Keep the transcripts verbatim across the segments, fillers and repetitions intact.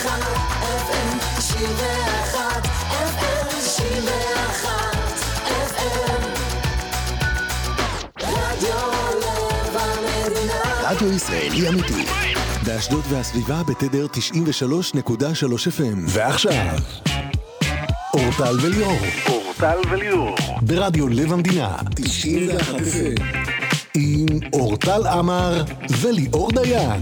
ואחת אף אם תשעים ואחת אף אם תשעים ואחת אף אם רדיו לב המדינה רדיו ישראלי אמיתי באשדוד והסביבה בתדר תשעים ושלוש נקודה שלוש אף אם. ועכשיו אורטל וליאור אורטל וליאור ברדיו לב המדינה תשעים ואחת אף אם עם אורטל אמר וליאור דיין.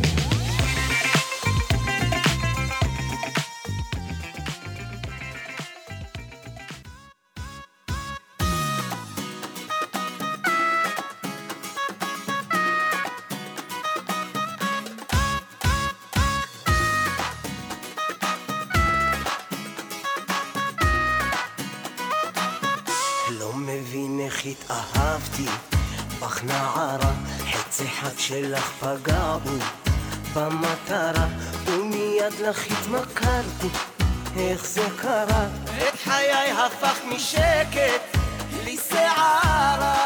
התאהבתי בך נערה, חץ אחד שלך פגעו במטרה ומיד לך התמכרתי. איך זה קרה? את חיי הפך משקט לסערה.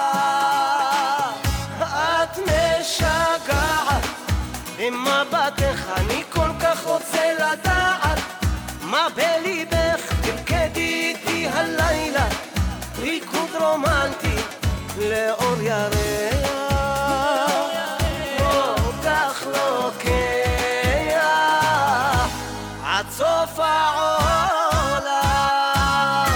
את משגעת במבטך, אני כל כך רוצה לדעת מה בליבך. תרקדי איתי הלילה ריקוד רומנטי לאור ירח, אותך לוקח עד סוף העולם.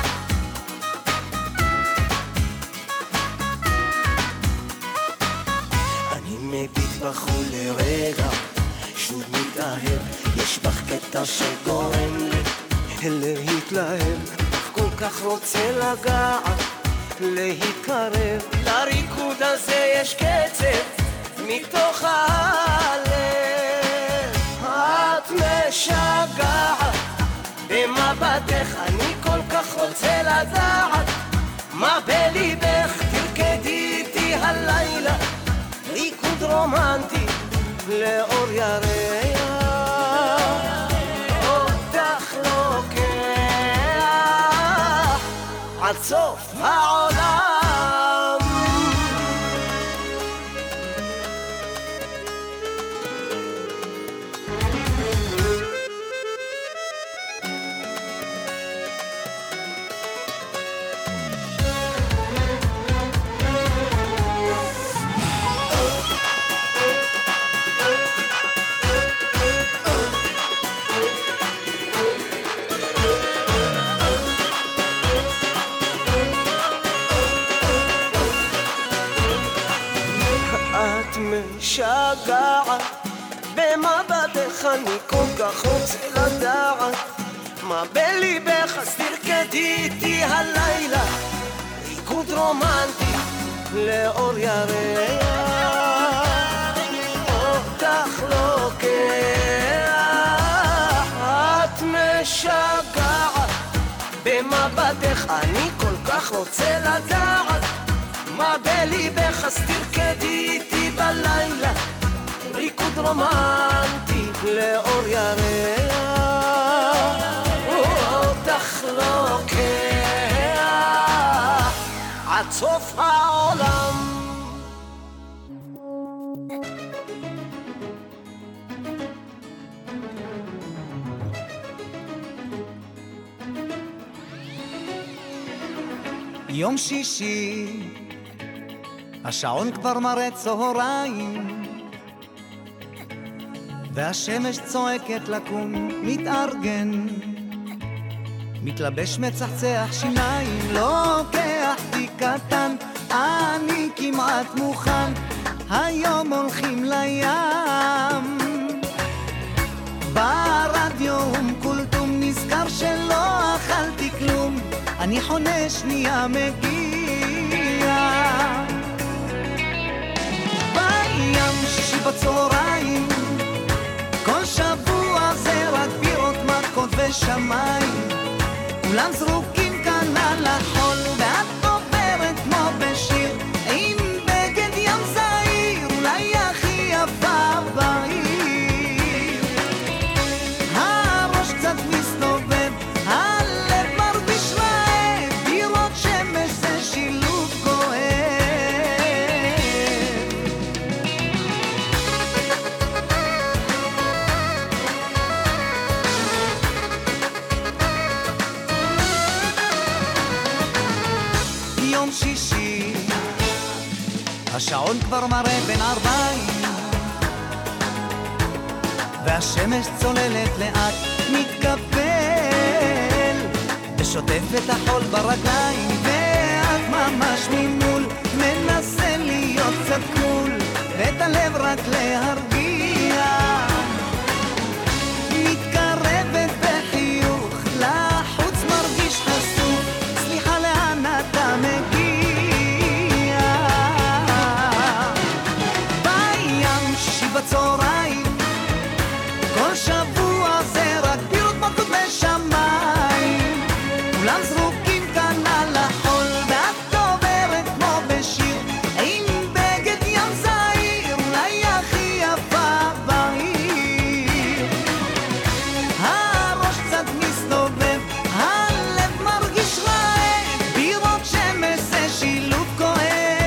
אני מביט בך ולרגע שוב מתאהב, יש בך קטע שגורם לי להתלהב. כל כך רוצה לגעת, להתקרב, לריקוד הזה יש קצב מתוך הלב. את משגעת במבטך, אני כל כך רוצה לדעת מה בליבך. תרקדי איתי הלילה ריקוד רומנטי לאור ירח, אותך לוקח עד סוף העולם. משגעת במבטך, אני כל כך רוצה לדעת מה בליבך. אז תרקדי איתי הלילה ריקוד רומנטי לאור ירח, אותך לוקח. את משגעת במבטך, אני כל כך רוצה לדעת מה בליבך. אז תרקדי איתי בלילה ריקוד רומנטי לאור ירח, אותך לוקח עד סוף העולם. יום שישי, השעון כבר מראה צהריים, והשמש צועקת לקום, מתארגן, מתלבש מצחצח שיניים, לוקח תיק קטן, אני כמעט מוכן, היום הולכים לים. ברדיו קולטום נזכר שלא אכלתי כלום, אני חונה שנייה מגיע. בים שישי בצהריים, כל שבוע זה רק בירות מכות ושמיים, כולם זרוקים כאן על החול, ואת עוברת כמו בשיר עם בגד ים זעיר, אולי הכי יפה בעיר. הראש קצת מסתובב, הלב מרגיש רעב, בירות שמש זה שילוב כואב. שישי, השעון כבר מראה בין ארבעים, והשמש צוללת לאט מתקפל, ושוטף את החול ברגליים, ואת ממש ממול מנסה להיות קצת קול, ואת הלב רק להרגיע, מתקרבת בחיוך, לחוץ מרגיש חשוף, סליחה לאן אתה מגיע, בים שישי בצהריים, כל שבוע זה רק בירות מלכות ושמיים, כולם זרוקים כאן על החול, ואת עוברת כמו בשיר, עם בגד ים זעיר, אולי הכי יפה בעיר, הראש קצת מסתובב, הלב מרגיש רעב, בירות שמש זה שילוב כואב.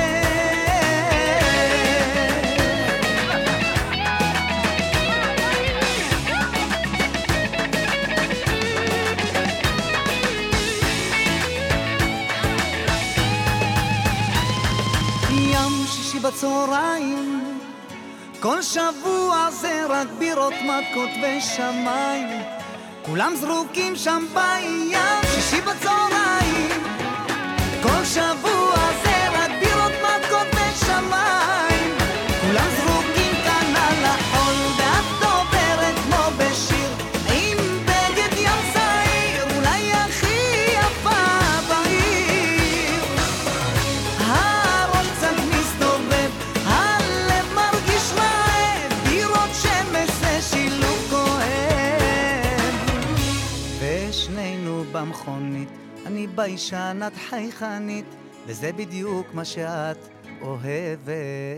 בצהריים, כל שבוע זה רק בירות מתקות ושמיים, כולם זרוקים שם בים, שישי בצהריים, כל שבוע זה רק בירות מתקות ושמיים, כולם זרוקים כאן על החול, ואת עוברת כמו בשיר, עם בגד ים זעיר, אולי הכי יפה בעיר, הראש קצת מסתובב, הלב מרגיש רעב, בירות שמש זה שילוב כואב, ושנינו במכונית, אני ביישן את חייכנית, וזה בדיוק מה שאת אוהבת.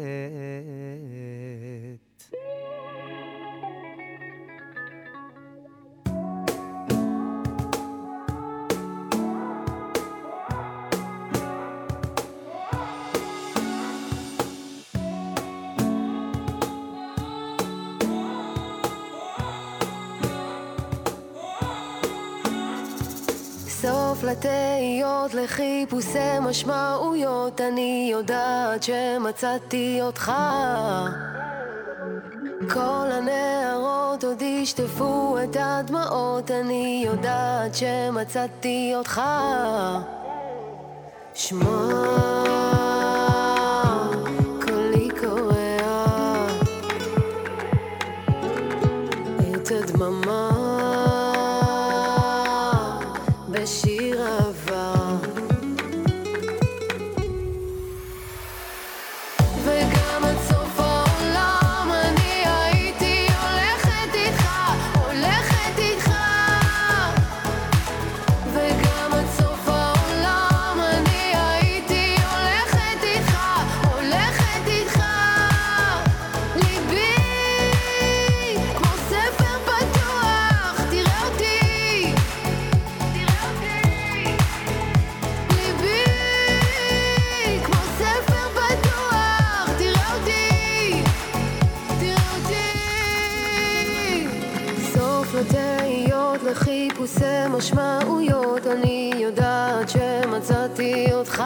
סוף לתהיות, לחיפושי משמעויות, אני יודעת שמצאתי אותך, כל הנערות עוד ישטפו את הדמעות, אני יודעת שמצאתי אותך, שמע קולי קורע את הדממה בשיר אהבה, וגם עד סוף העולם אני הייתי הולכת איתך, הולכת איתך, וגם עד סוף העולם אני הייתי הולכת איתך, הולכת איתך, ליבי כמו ספר פתוח, תראה אותי, ליבי כמו ספר פתוח, תראה אותי, תראה אותי, סוף לתהיות, לחיפושי משמעויות, אני יודעת שמצאתי אותך,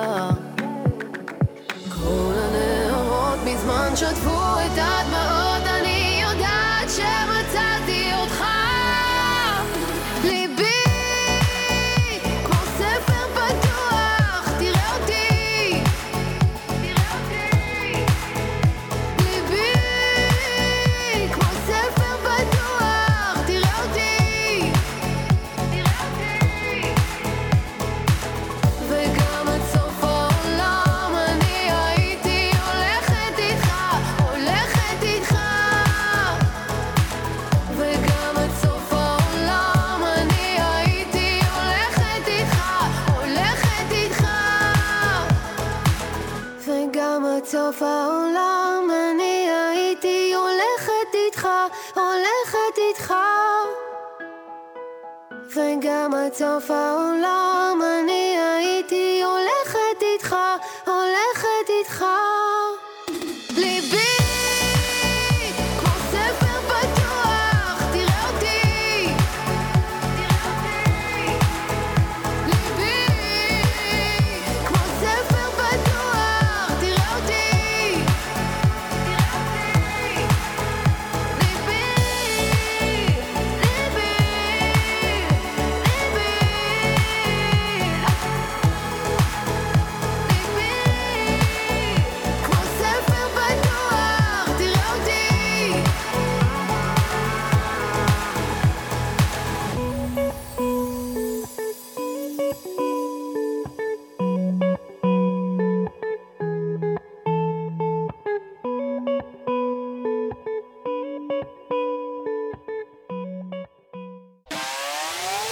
כל הנערות מזמן שטפו את הדמעות, אני יודעת שמצאתי אותך, ליבי כמו ספר פתוח, תראה אותי, תראה אותי, ליבי כמו ספר פתוח, תראה אותי, תראה אותי, וגם עד סוף העולם אני הייתי הולכת איתך, הולכת איתך, וגם עד סוף העולם אני הייתי הולכת איתך, הולכת איתך, וגם עד סוף העולם אני הייתי הולכת איתך, הולכת איתך, וגם עד סוף העולם אני הייתי הולכת איתך, הולכת איתך, ליבי כמו ספר פתוח, תראה אותי, תראה אותי, ליבי כמו ספר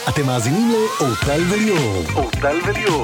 אתם מאזינים לאורטל וליאור. אורטל וליאור.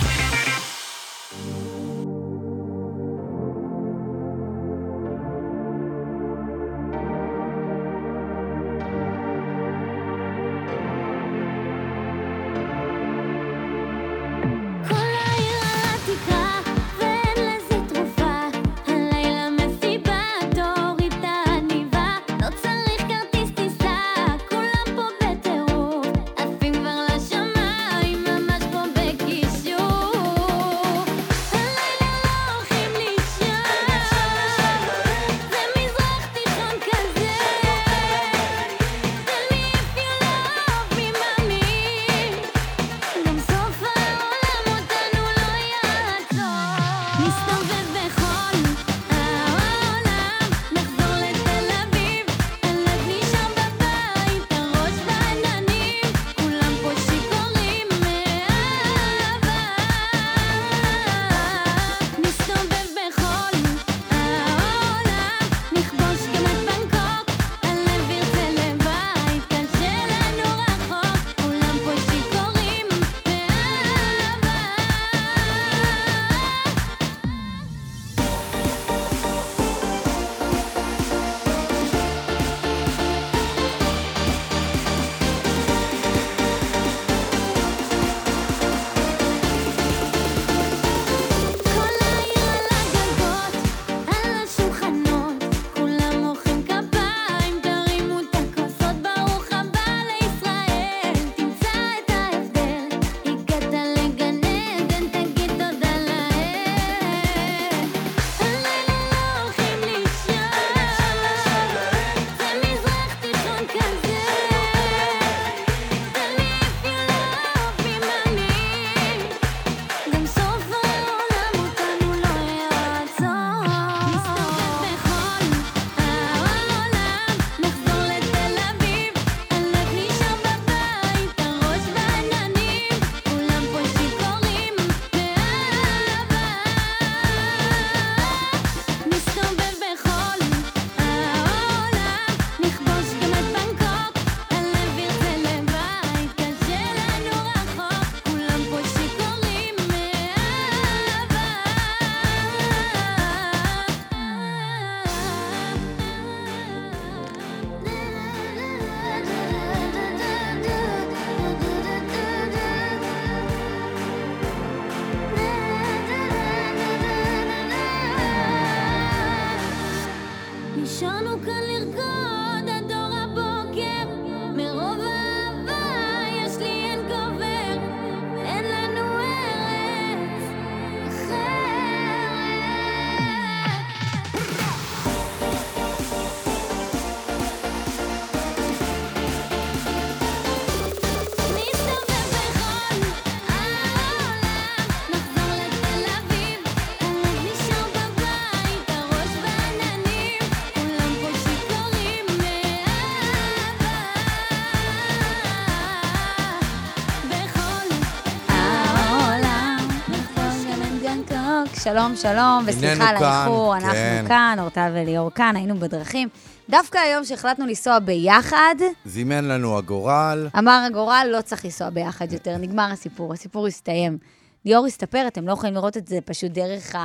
שלום, שלום, וסליחה על האיחור, אנחנו כן. כאן, אורטל וליאור כאן, היינו בדרכים. דווקא היום שהחלטנו לנסוע ביחד, זימן לנו הגורל. אמר הגורל, לא צריך לנסוע ביחד יותר, נגמר הסיפור, הסיפור הסתיים. ליאור הסתפר, אתם לא יכולים לראות את זה פשוט דרך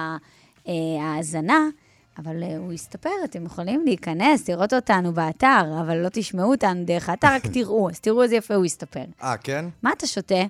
ההאזנה, אבל הוא הסתפר, אתם יכולים להיכנס, לראות אותנו באתר, אבל לא תשמעו אותנו דרך האתר, רק תראו, אז תראו איזה יפה הוא הסתפר. אה, כן? מה אתה שותה?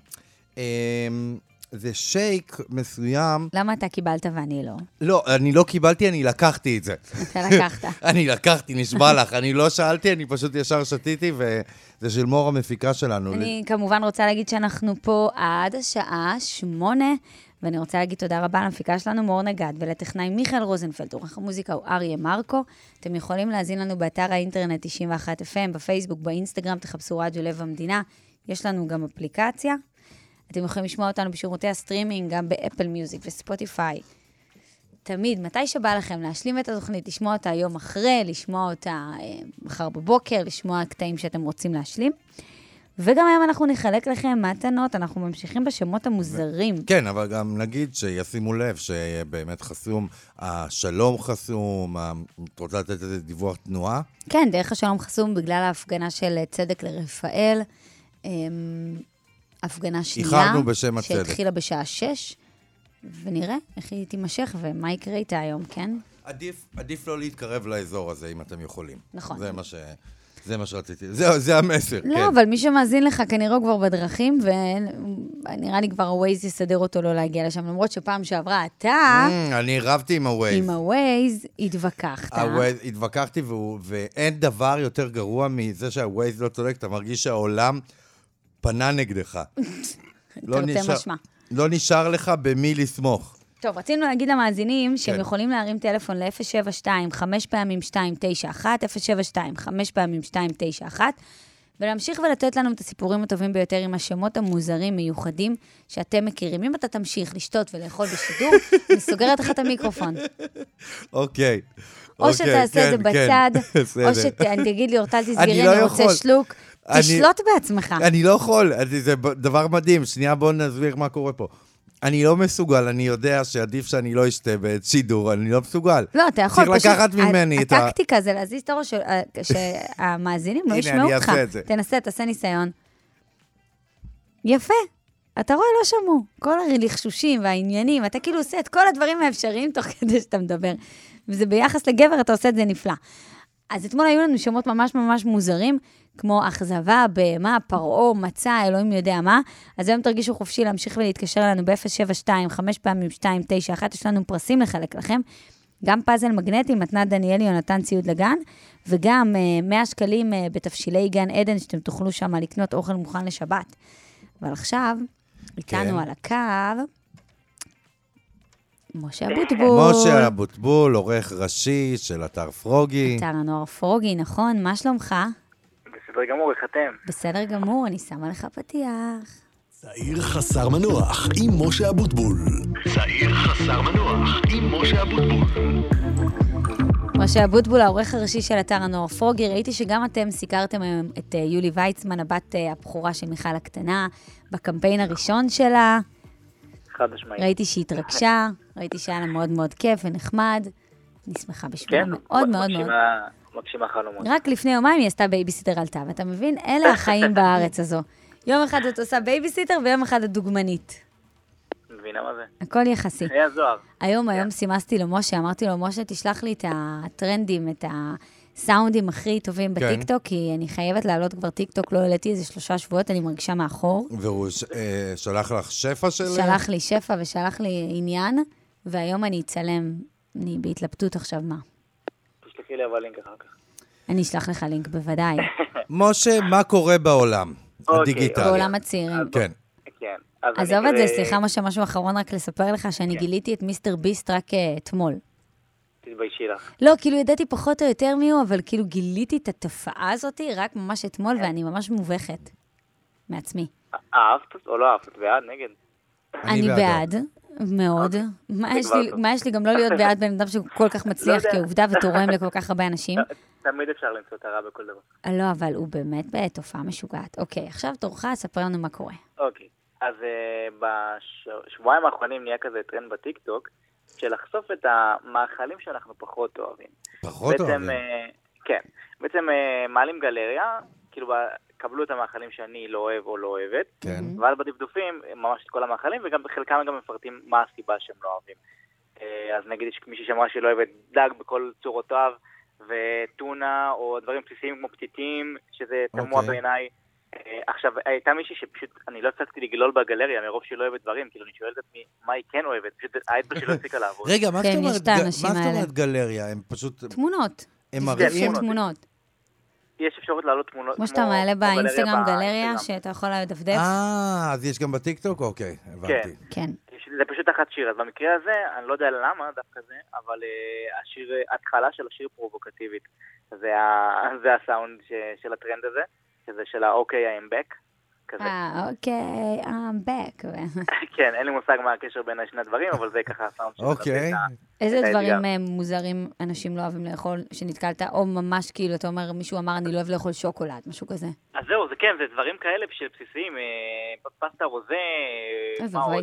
זה שייק מסוים. למה אתה קיבלת ואני לא? לא, אני לא קיבלתי, אני לקחתי את זה. אתה לקחת. אני לקחתי, נשבע לך. אני לא שאלתי, אני פשוט ישר שתיתי, וזה של מור המפיקה שלנו. אני כמובן רוצה להגיד שאנחנו פה עד השעה שמונה, ואני רוצה להגיד תודה רבה למפיקה שלנו, מור נגד, ולטכנאי מיכאל רוזנפלד, עורך המוזיקה הוא אריה מרקו. אתם יכולים להזין לנו באתר האינטרנט תשעים ואחת אף אם, בפייסבוק, באינסטגרם, תחפשו רדיו לב המדינה. יש לנו גם אפליקציה. אתם יכולים לשמוע אותנו בשירותי הסטרימינג, גם באפל מיוזיק וספוטיפיי. תמיד, מתי שבא לכם להשלים את התוכנית, לשמוע אותה יום אחרי, לשמוע אותה אה, מחר בבוקר, לשמוע קטעים שאתם רוצים להשלים. וגם היום אנחנו נחלק לכם מתנות, אנחנו ממשיכים בשמות המוזרים. כן, אבל גם נגיד שישימו לב שבאמת חסום, השלום חסום, את רוצה לתת איזה דיווח תנועה? כן, דרך השלום חסום בגלל ההפגנה של צדק לרפאל, הפגנה שנייה, איחרנו בשם הצדק. שהתחילה בשעה שש, ונראה איך היא תימשך ומה יקרה איתה היום, כן? עדיף, עדיף לא להתקרב לאזור הזה, אם אתם יכולים. נכון. זה מה ש... זה מה שרציתי. זה, זה המסר, לא, כן. אבל מי שמאזין לך כנראה הוא כבר בדרכים, ונראה לי כבר הווייז יסדר אותו לא להגיע לשם, למרות שפעם שעברה אתה... Mm, אני רבתי עם הווייז. עם הווייז התווכחת. הווייז, התווכחתי, והוא, ואין דבר יותר גרוע מזה שהווייז לא צודק, אתה מרגיש שהעולם פנה נגדך. לא תרתי נשאר, משמע. לא נשאר לך במי לסמוך. טוב, רצינו להגיד למאזינים שהם כן. יכולים להרים טלפון ל-אפס שבע שתיים חמש פעמים שתיים תשע אחת, אפס שבע שתיים חמש פעמים שתיים תשע אחת, ולהמשיך ולתת לנו את הסיפורים הטובים ביותר עם השמות המוזרים, מיוחדים, שאתם מכירים. אם אתה תמשיך לשתות ולאכול בשידור, אני סוגרת לך את המיקרופון. אוקיי. או אוקיי, שתעשה את זה כן, בצד, כן, או בסדר. שתגיד לי, אורטל, תסגרי, לא אני רוצה יכול. שלוק. אני- תשלוט בעצמך. אני לא יכול, זה דבר מדהים. שנייה, בואו נסביר מה קורה פה. אני לא מסוגל, אני יודע שעדיף שאני לא אשתה בשידור, אני לא מסוגל. לא, אתה יכול צריך פשוט... לקחת ממני את ה... הטקטיקה זה להזיז את הראש, שהמאזינים לא הנה, ישמעו אני אותך. אעשה את זה. תנסה, תעשה ניסיון. יפה. אתה רואה, לא שמעו. כל הלחשושים והעניינים, אתה כאילו עושה את כל הדברים האפשריים תוך כדי שאתה מדבר. וזה ביחס לגבר, אתה עושה את זה נפלא. אז אתמול היו לנו שמות ממש ממש מוזרים, כמו אכזבה, בהמה, פרעה, מצה, אלוהים יודע מה. אז היום תרגישו חופשי להמשיך ולהתקשר אלינו ב-אפס שבע שתיים חמש פעמים שתיים תשע אחת, יש לנו פרסים לחלק לכם, גם פאזל מגנטי, מתנת דניאלי או נתן ציוד לגן, וגם uh, מאה שקלים uh, בתפשילי גן עדן, שאתם תוכלו שם לקנות אוכל מוכן לשבת. אבל עכשיו, איתנו כן. על הקו, משה אבוטבול. משה אבוטבול, עורך ראשי של אתר פרוגי. אתר הנוער פרוגי, נכון? מה שלומך? בסדר גמור, איך אתם? בסדר גמור, אני שמה לך פתיח. צעיר חסר מנוח עם משה אבוטבול. צעיר חסר מנוח עם משה אבוטבול. משה אבוטבול, העורך הראשי של אתר הנוער פרוגי, ראיתי שגם אתם סיקרתם היום את יולי ויצמן, הבת הבכורה של מיכל הקטנה, בקמפיין הראשון שלה. חד משמעית. ראיתי שהיא התרגשה, ראיתי שהיה לה מאוד מאוד כיף ונחמד. אני שמחה בשבילה כן, מאוד מאוד מאוד. מגשימה חלומות. רק לפני יומיים היא עשתה בייביסיטר עלתה, ואתה מבין? אלה החיים בארץ הזו. יום אחד את עושה בייביסיטר ויום אחד את דוגמנית. מבינה מה זה? הכל יחסי. היה זוהר. היום, היום סימסתי לו משה, אמרתי לו, משה, תשלח לי את הטרנדים, את הסאונדים הכי טובים כן. בטיקטוק, כי אני חייבת לעלות כבר טיקטוק, לא העליתי איזה שלושה שבועות, אני מרגישה מאחור. והוא ש- אה, שלח לך שפע של... שלח לי שפע ושלח לי עניין, והיום אני אצלם, אני בהתלבטות עכשיו מה. תשלחי לי אבל לינק אחר כך. אני אשלח לך לינק בוודאי. משה, מה קורה בעולם אוקיי, הדיגיטלי? בעולם הצעירים. כן. כן. אז עזוב אני את זה, כזה- סליחה, משה, משהו אחרון רק לספר לך, שאני גיליתי את מיסטר ביסט רק אה, אתמול. תתביישי לך. לא, כאילו ידעתי פחות או יותר מי הוא, אבל כאילו גיליתי את התופעה הזאת רק ממש אתמול, ואני ממש מובכת מעצמי. אהבת או לא אהבת? את בעד? נגד? אני בעד, מאוד. מה יש לי- מה יש לי גם לא להיות בעד בן אדם שכל כך מצליח יודע. כעובדה ותורם לכל כך הרבה אנשים? תמיד אפשר למצוא את הרע בכל דבר. לא, אבל הוא באמת בתופעה משוגעת. אוקיי, עכשיו תורך, ספר לנו מה קורה. אוקיי. אז uh, בשבועיים האחרונים נהיה כזה טרנד בטיקטוק, של לחשוף את המאכלים שאנחנו פחות אוהבים. פחות בעצם, אוהבים. uh, כן. בעצם uh, מעלים גלריה, כאילו קבלו את המאכלים שאני לא אוהב או לא אוהבת, כן. ואז בדפדופים ממש את כל המאכלים, וגם בחלקם גם מפרטים מה הסיבה שהם לא אוהבים. Uh, אז נגיד יש מישהי שאמרה שהיא לא אוהבת דג בכל צורותיו, וטונה, או דברים בסיסיים כמו פתיתים, שזה תמוה אוקיי. בעיניי. אה, עכשיו, הייתה מישהי שפשוט, אני לא הפסקתי לגלול בגלריה, מרוב שהיא לא אוהבת דברים, כאילו אני שואלת את עצמי, מה היא כן אוהבת? פשוט האצבע שלא הפסיקה לעבוד. רגע, מה כן, זאת יש אומרת את ג- האנשים מה זאת האלה. אומרת גלריה? הם פשוט... תמונות. הם תפתחו מראים... תמונות. יש אפשרות לעלות תמונות כמו שאתה מעלה כמו באינסטגרם גלריה, באינסטגרם. שאתה יכול לדפדף. אה, אז יש גם בטיקטוק? אוקיי, הבנתי. כן. יש- זה פשוט תחת שיר, אז במקרה הזה, אני לא יודע למה דווקא זה, אבל אה, השיר, התחלה של השיר פרובוקטיבית. זה ה- זה הסאונד ש- של הטרנד הזה, שזה של ה-אוקיי, I am back. כזה. אה, אוקיי, I'm back. כן, אין לי מושג מה הקשר בין שני הדברים, אבל זה ככה הסאונד של אוקיי. איזה את דברים האתגר. אה, מוזרים אנשים לא אוהבים לאכול, שנתקלת, או ממש כאילו, אתה אומר, מישהו אמר, אני לא אוהב לאכול שוקולד, משהו כזה. אז זהו, זה כן, זה דברים כאלה של בסיסיים, אה, פסטה רוזה, אה, אוי מה עוד? ואבוי.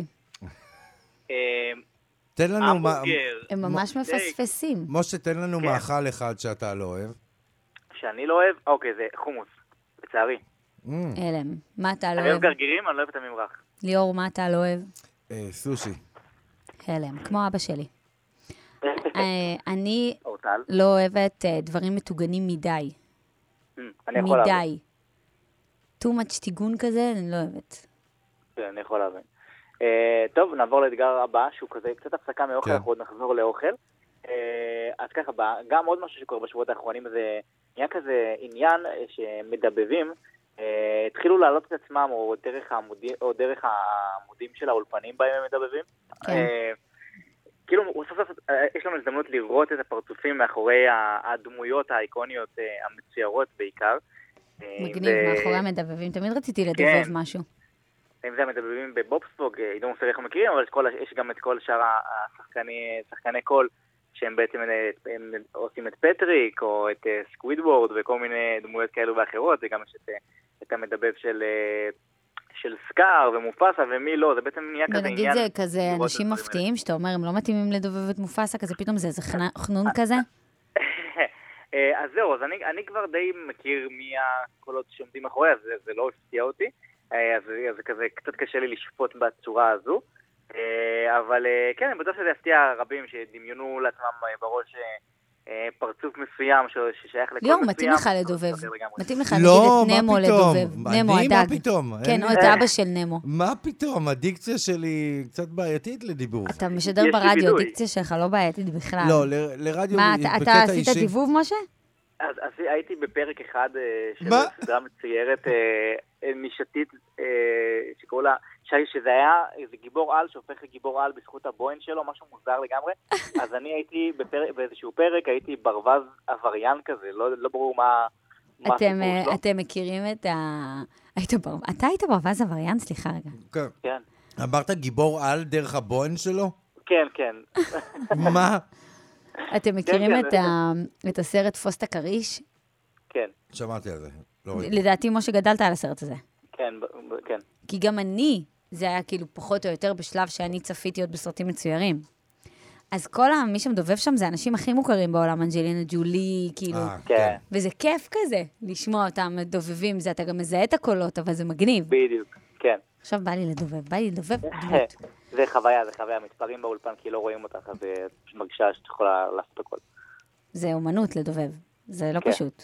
אה, תן לנו... מה- המבורגר, הם ממש סטייק. מפספסים. משה, תן לנו כן. מאכל אחד שאתה לא אוהב. שאני לא אוהב, אוקיי, זה חומוס, לצערי. הלם. מה אתה לא אני אוהב? אוהב גרגירים, אני לא אוהב את הממרח. ליאור, מה אתה לא אוהב? אה, סושי. הלם, כמו אבא שלי. אה, אני אורטל. לא אוהבת אה, דברים מטוגנים מדי. אני יכול להבין. מדי. too much טיגון כזה, אני לא אוהבת. כן, אני יכול להבין. אה, טוב, נעבור לאתגר הבא, שהוא כזה קצת הפסקה מאוכל, כן. אנחנו עוד נחזור לאוכל. אה, אז ככה, ב- גם עוד משהו שקורה בשבועות האחרונים, זה נהיה כזה עניין אה, שמדבבים, אה, התחילו להעלות את עצמם, או דרך, העמודי, או דרך העמודים של האולפנים בהם הם מדבבים. כן. אה, כאילו, סוף סוף אה, יש לנו הזדמנות לראות את הפרצופים מאחורי ה- הדמויות האיקוניות אה, המצוירות בעיקר. אה, מגניב, ו- מאחורי המדבבים. תמיד רציתי לדובב כן. משהו. אם זה המדבבים בבובספוג, עידו מוסר איך מכירים, אבל יש, כל, יש גם את כל שאר השחקני, שחקני קול, שהם בעצם הם, הם עושים את פטריק, או את uh, סקווידוורד, וכל מיני דמויות כאלו ואחרות, וגם יש את, את המדבב של, uh, של סקאר ומופסה, ומי לא, זה בעצם נהיה כזה ונגיד עניין. זה כזה לראות את אנשים הדברים מפתיעים, שאתה אומר, הם לא מתאימים לדובב את מופסה, כזה פתאום זה איזה חנ- חנון כזה? אה, אז זהו, אז אני, אני כבר די מכיר מי הקולות שעומדים מאחורי, אז זה, זה לא הפתיע אותי, אה, אז, אז זה כזה קצת קשה לי לשפוט בצורה הזו, אה, אבל אה, כן, אני בטוח שזה יפתיע רבים שדמיינו לעצמם אה, בראש אה, אה, פרצוף מסוים ש- ששייך לכל ליאור, מסוים. מתאים לך פרצוף לדובב. אחר לגמרי. מתאים לך לא, להגיד את מה נמו פתאום? לדובב. אני? נמו מה הדג. פתאום? כן, אין או לי- את אבא של נמו. מה פתאום? הדיקציה שלי קצת בעייתית לדיבור. אתה משדר יש לי ברדיו, וידוי. הדיקציה שלך לא בעייתית בכלל. לא, ל- לרדיו, מה, אתה- אתה בקטע עשית אישי. דיבוב, משה? אז, אז הייתי בפרק אחד אה, של מה? סדרה מצוירת אה, אה, נישתית אה, שקראו לה, ש- שזה היה איזה גיבור על שהופך לגיבור על בזכות הבוין שלו, משהו מוזר לגמרי. אז אני הייתי בפרק, באיזשהו פרק, הייתי ברווז עבריין כזה, לא, לא ברור מה, מה אתם, הסיפור אה, שלו. אתם מכירים את ה... היית בר... אתה היית ברווז עבריין? סליחה רגע. כן. כן, אמרת גיבור על דרך הבוין שלו? כן, כן. מה? אתם מכירים כן, את, ה... את הסרט פוסט הכריש? כן, שמעתי על זה. לא ראיתי. לדעתי, משה, גדלת על הסרט הזה. כן, ב- ב- כן. כי גם אני, זה היה כאילו פחות או יותר בשלב שאני צפיתי עוד בסרטים מצוירים. אז כל ה- מי שמדובב שם זה האנשים הכי מוכרים בעולם, אנג'לינה ג'ולי, כאילו. אה, כן, וזה כיף כזה, לשמוע אותם דובבים, זה אתה גם מזהה את הקולות, אבל זה מגניב. בדיוק, כן. עכשיו בא לי לדובב, בא לי לדובב דמות. זה חוויה, זה חוויה, מתפרים באולפן כי לא רואים אותך, אז אה, את פשוט מרגישה שאת יכולה לעשות הכל. זה אומנות לדובב, זה לא כן. פשוט.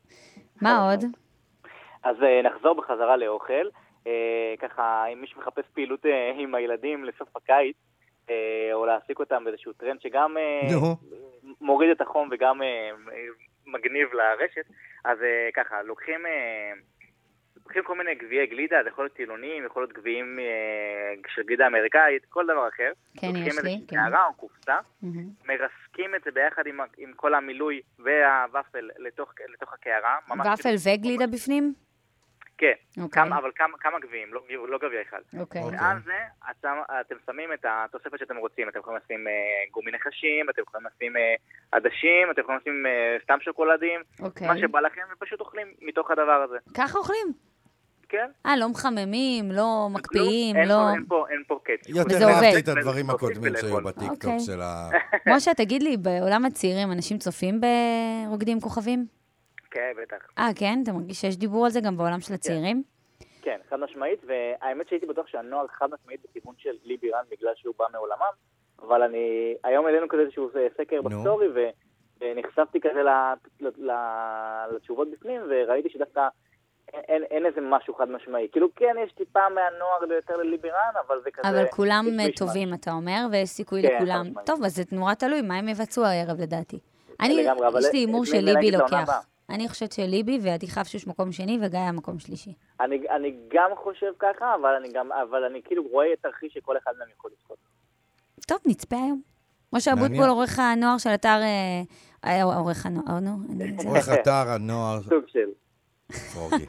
מה עוד? אז אה, נחזור בחזרה לאוכל. אה, ככה, אם מישהו מחפש פעילות אה, עם הילדים לסוף הקיץ, אה, או להעסיק אותם באיזשהו טרנד שגם אה, נו. מוריד את החום וגם אה, מגניב לרשת, אז אה, ככה, לוקחים, אה, לוקחים כל מיני גביעי גלידה, זה יכול להיות טילונים, יכול להיות גביעים אה, של גלידה אמריקאית, כל דבר אחר. כן, לוקחים יש לי, איזושהי כן. קערה או קופסה, מהמם. מרסקים את זה ביחד עם, ה- עם כל המילוי והוואפל לתוך, לתוך הקערה. ממש ופל כאילו- וגלידה בפנים? כן, אוקיי. כמה, אבל כמה, כמה גביעים, לא, לא גביע אחד. אוקיי. אוקיי. ועל זה אתם, אתם שמים את התוספת שאתם רוצים. אתם יכולים לשים אה, גומי נחשים, אתם יכולים לשים אה, עדשים, אתם יכולים לשים אה, סתם שוקולדים, אוקיי. מה שבא לכם, ופשוט אוכלים מתוך הדבר הזה. ככה אוכלים? כן? אה, לא מחממים, לא מקפיאים, אין לא... פה, אין פה, אין פה קטש. יותר וזה עובד. אהבתי את הדברים הקודמים שהיו ולאכול. בטיקטוק אוקיי. של ה... משה, תגיד לי, בעולם הצעירים אנשים צופים ברוקדים כוכבים? כן, בטח. אה, כן? אתה מרגיש שיש דיבור על זה גם בעולם של הצעירים? כן, חד משמעית, והאמת שהייתי בטוח שהנוער חד משמעית בכיוון של לי בירן בגלל שהוא בא מעולמם, אבל אני, היום העלינו כזה איזשהו סקר נו. בסטורי, ו- ונחשפתי כזה ל- ל- ל- לתשובות בפנים, וראיתי שדווקא אין, אין, אין איזה משהו חד משמעי. כאילו כן, יש טיפה מהנוער יותר ללי בירן, אבל זה כזה... אבל כולם יש מישמש. טובים, אתה אומר, ויש סיכוי כן, לכולם. חד משמעית. טוב, אז זה נורא תלוי, מה הם יבצעו הערב לדעתי. אני, לגמרי, אבל יש לי הימור את מי שליבי נגיד את העונה לוקח. הבאה? אני חושבת שליבי ועדי חפשוש מקום שני וגיא המקום שלישי. אני, אני גם חושב ככה, אבל אני גם, אבל אני כאילו רואה את תרחיש שכל אחד מהם יכול לצחוק. טוב, נצפה היום. משה מעניין. אבוטבול, עורך הנוער של אתר... אה, אה, עורך הנוער, נו, אני... זה- עורך אתר הנוער סוג של. פרוגי.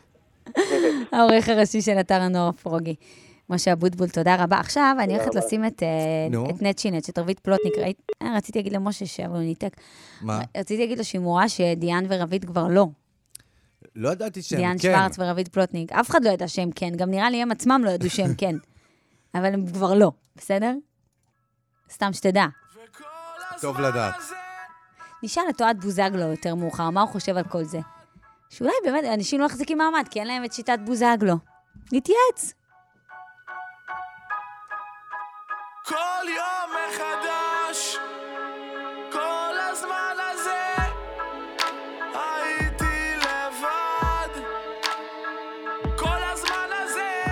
העורך הראשי של אתר הנוער הפרוגי. משה אבוטבול, תודה רבה. עכשיו אני הולכת רבה. לשים את, אה, נו. את נטשינט, את רבית פלוטניק. ראית- אה, רציתי להגיד למשה שאבל הוא ניתק. מה? רציתי להגיד לו שהיא מורה שדיאן ורבית כבר לא. לא ידעתי שהם דיאן כן. שוורץ ורבית פלוטניק. אף אחד לא ידע שהם כן. גם נראה לי הם עצמם לא ידעו שהם כן. אבל הם כבר לא, בסדר? סתם שתדע. טוב לדעת. נשאל את אוהד בוזגלו יותר מאוחר, מה הוא חושב על כל זה? שאולי באמת אנשים לא מחזיקים מעמד, כי אין להם את שיטת בוזגלו. נתייעץ. כל יום מחדש, כל הזמן הזה, הייתי לבד. כל הזמן הזה,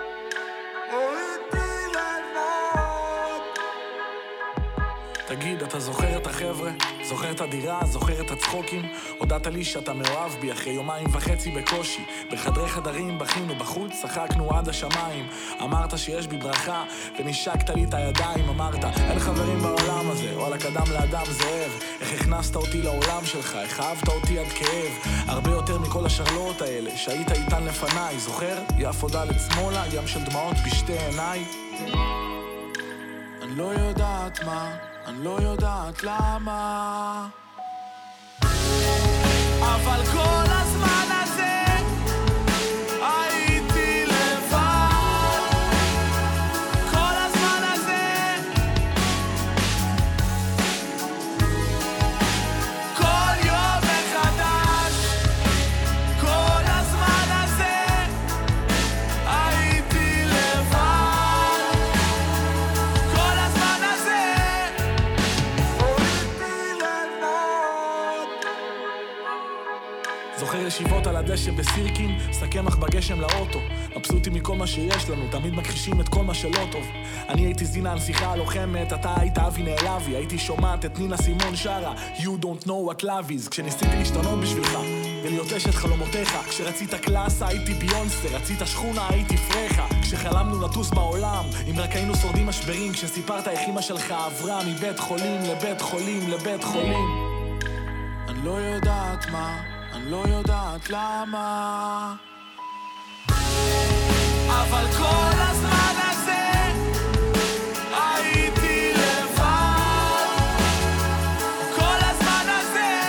הייתי לבד. תגיד, אתה זוכר את החבר'ה? זוכר את הדירה, זוכר את הצחוקים? הודעת לי שאתה מאוהב בי אחרי יומיים וחצי בקושי. בחדרי חדרים בכינו בחוץ, צחקנו עד השמיים. אמרת שיש בי ברכה ונשקת לי את הידיים. אמרת, אין חברים בעולם הזה, וואלה קדם לאדם זאב. איך הכנסת אותי לעולם שלך, איך אהבת אותי עד כאב. הרבה יותר מכל השרלואות האלה שהיית איתן לפניי. זוכר? יפו דלת שמאלה, ים של דמעות בשתי עיניי. אני לא יודעת מה, אני לא יודעת למה, אבל כל הזמן הזה הייתי לבד. כל הזמן הזה, כל יום מחדש, כל הזמן הזה הייתי לבד. כל הזמן הזה זוכר ישיבות על הדשא בסירקין, סכמח בגשם לאוטו, מבסוטים מכל מה שיש לנו, תמיד מכחישים את כל מה שלא טוב. אני הייתי זינה הנסיכה הלוחמת, אתה היית אבי נעלבי, הייתי שומעת את נינה סימון שרה You don't know what love is, כשניסיתי להשתנות בשבילך ולהיות אשת חלומותיך. כשרצית קלאסה הייתי ביונסה, רצית שכונה הייתי פרחה. כשחלמנו לטוס בעולם אם רק היינו שורדים משברים, כשסיפרת איך אמא שלך עברה מבית חולים לבית חולים לבית חולים. אני לא יודעת מה, אני לא יודעת למה, אבל כל הזמן הזה הייתי לבד. כל הזמן הזה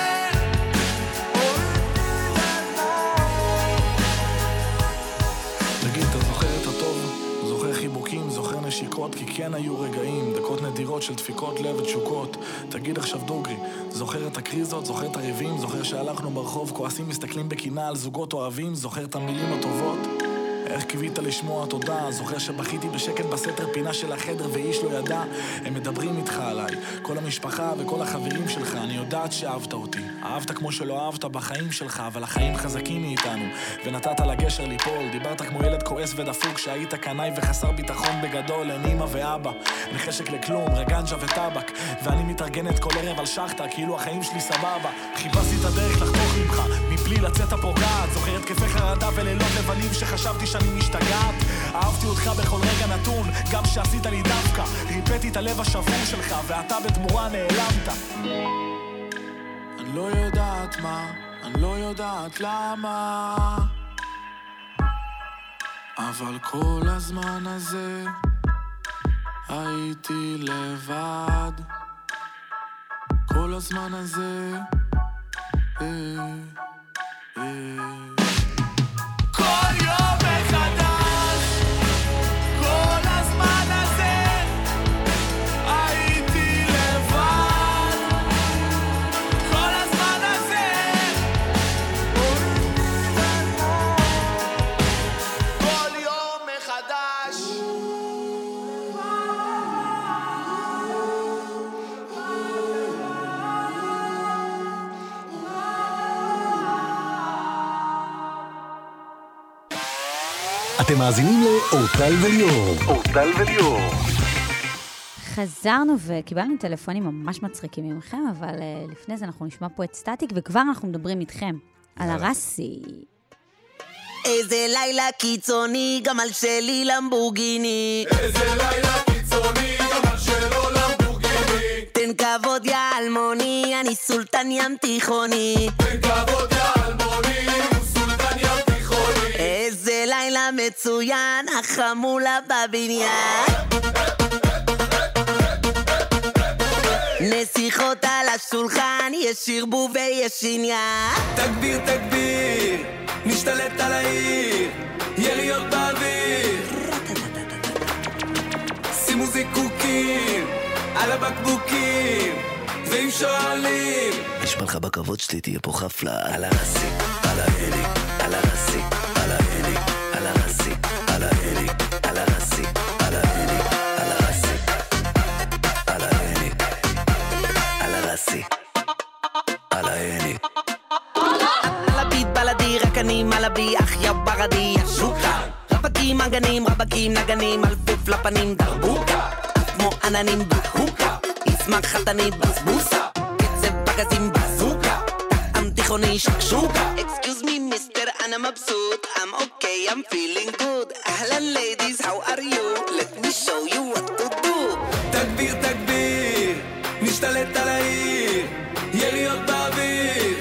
תגיד, אתה זוכר את הטוב? זוכר חיבוקים, זוכר נשיקות, כי כן היו רגעים, דקות נדירות של דפיקות לב ותשוקות. תגיד עכשיו דוגרי, זוכר את הקריזות, זוכר את הריבים, זוכר שהלכנו ברחוב כועסים מסתכלים בקינה על זוגות אוהבים, זוכר את המילים הטובות, איך קיווית לשמוע תודה, זוכר שבכיתי בשקט בסתר פינה של החדר ואיש לא ידע. הם מדברים איתך עליי, כל המשפחה וכל החברים שלך, אני יודעת שאהבת אותי, אהבת כמו שלא אהבת בחיים שלך, אבל החיים חזקים מאיתנו ונתת לגשר ליפול. דיברת כמו ילד כועס ודפוק שהיית קנאי וחסר ביטחון בגדול, אין אמא ואבא, אין חשק לכלום, רגנג'ה וטבק, ואני מתארגנת כל ערב על שחטה כאילו החיים שלי סבבה. חיפשתי את הדרך לחתוך ממך מבלי לצאת הפוגעת, זוכר את כיפי חרדה ולילות לבנים שחשבתי שאני משתגעת. אהבתי אותך בכל רגע נתון, גם שעשית לי דווקא, ריפאתי את הלב השבור שלך ואתה בתמורה נעלמת. אני לא יודעת מה, אני לא יודעת למה, אבל כל הזמן הזה הייתי לבד. כל הזמן הזה אה, אה. כל יום מחדש, כל הזמן הזה הייתי לבד. כל הזמן הזה כל יום מחדש. אתם מאזינים לאורטל וליאור. אורטל וליאור. חזרנו וקיבלנו טלפונים ממש מצחיקים ממכם, אבל uh, לפני זה אנחנו נשמע פה את סטטיק, וכבר אנחנו מדברים איתכם על הרסי. איזה לילה קיצוני, גם על שלי למבורגיני. איזה לילה קיצוני, גם על שלו למבורגיני. תן כבוד יא אלמוני, אני סולטן ים תיכוני. תן כבוד יא אלמוני, הוא סולטן ים תיכוני. איזה לילה מצוין, החמולה בבניין. נסיכות על השולחן, יש ערבוב ויש עניין. תגביר תגביר, נשתלט על העיר, יריות באוויר. שימו זיקוקים על הבקבוקים, ואם שואלים נשמע לך בכבוד שלי, תהיה פה חפלה. על הרסי, על האלי, על הרסי, על האלי, על הרסי, על האלי, על הרסי, על האלי, על הרסי, על האלי, על הרסי, על האלי. על הביט בלדי, רק אני מלבי, אח יא ברדי, יא שוקה. רבקים אגנים, רבקים נגנים, אלפוף לפנים דרבוקה. כמו עננים בהוקה, ישמח חתני בזבוסה. קצב בגזים בזוקה, טעם תיכוני שקשוקה. Excuse me mister, אני מבסוט, I'm okay, I'm feeling good. אהלן ladies, how are you? Let me show you what to do. תגביר תגביר, נשתלט על העיר, יריות באוויר.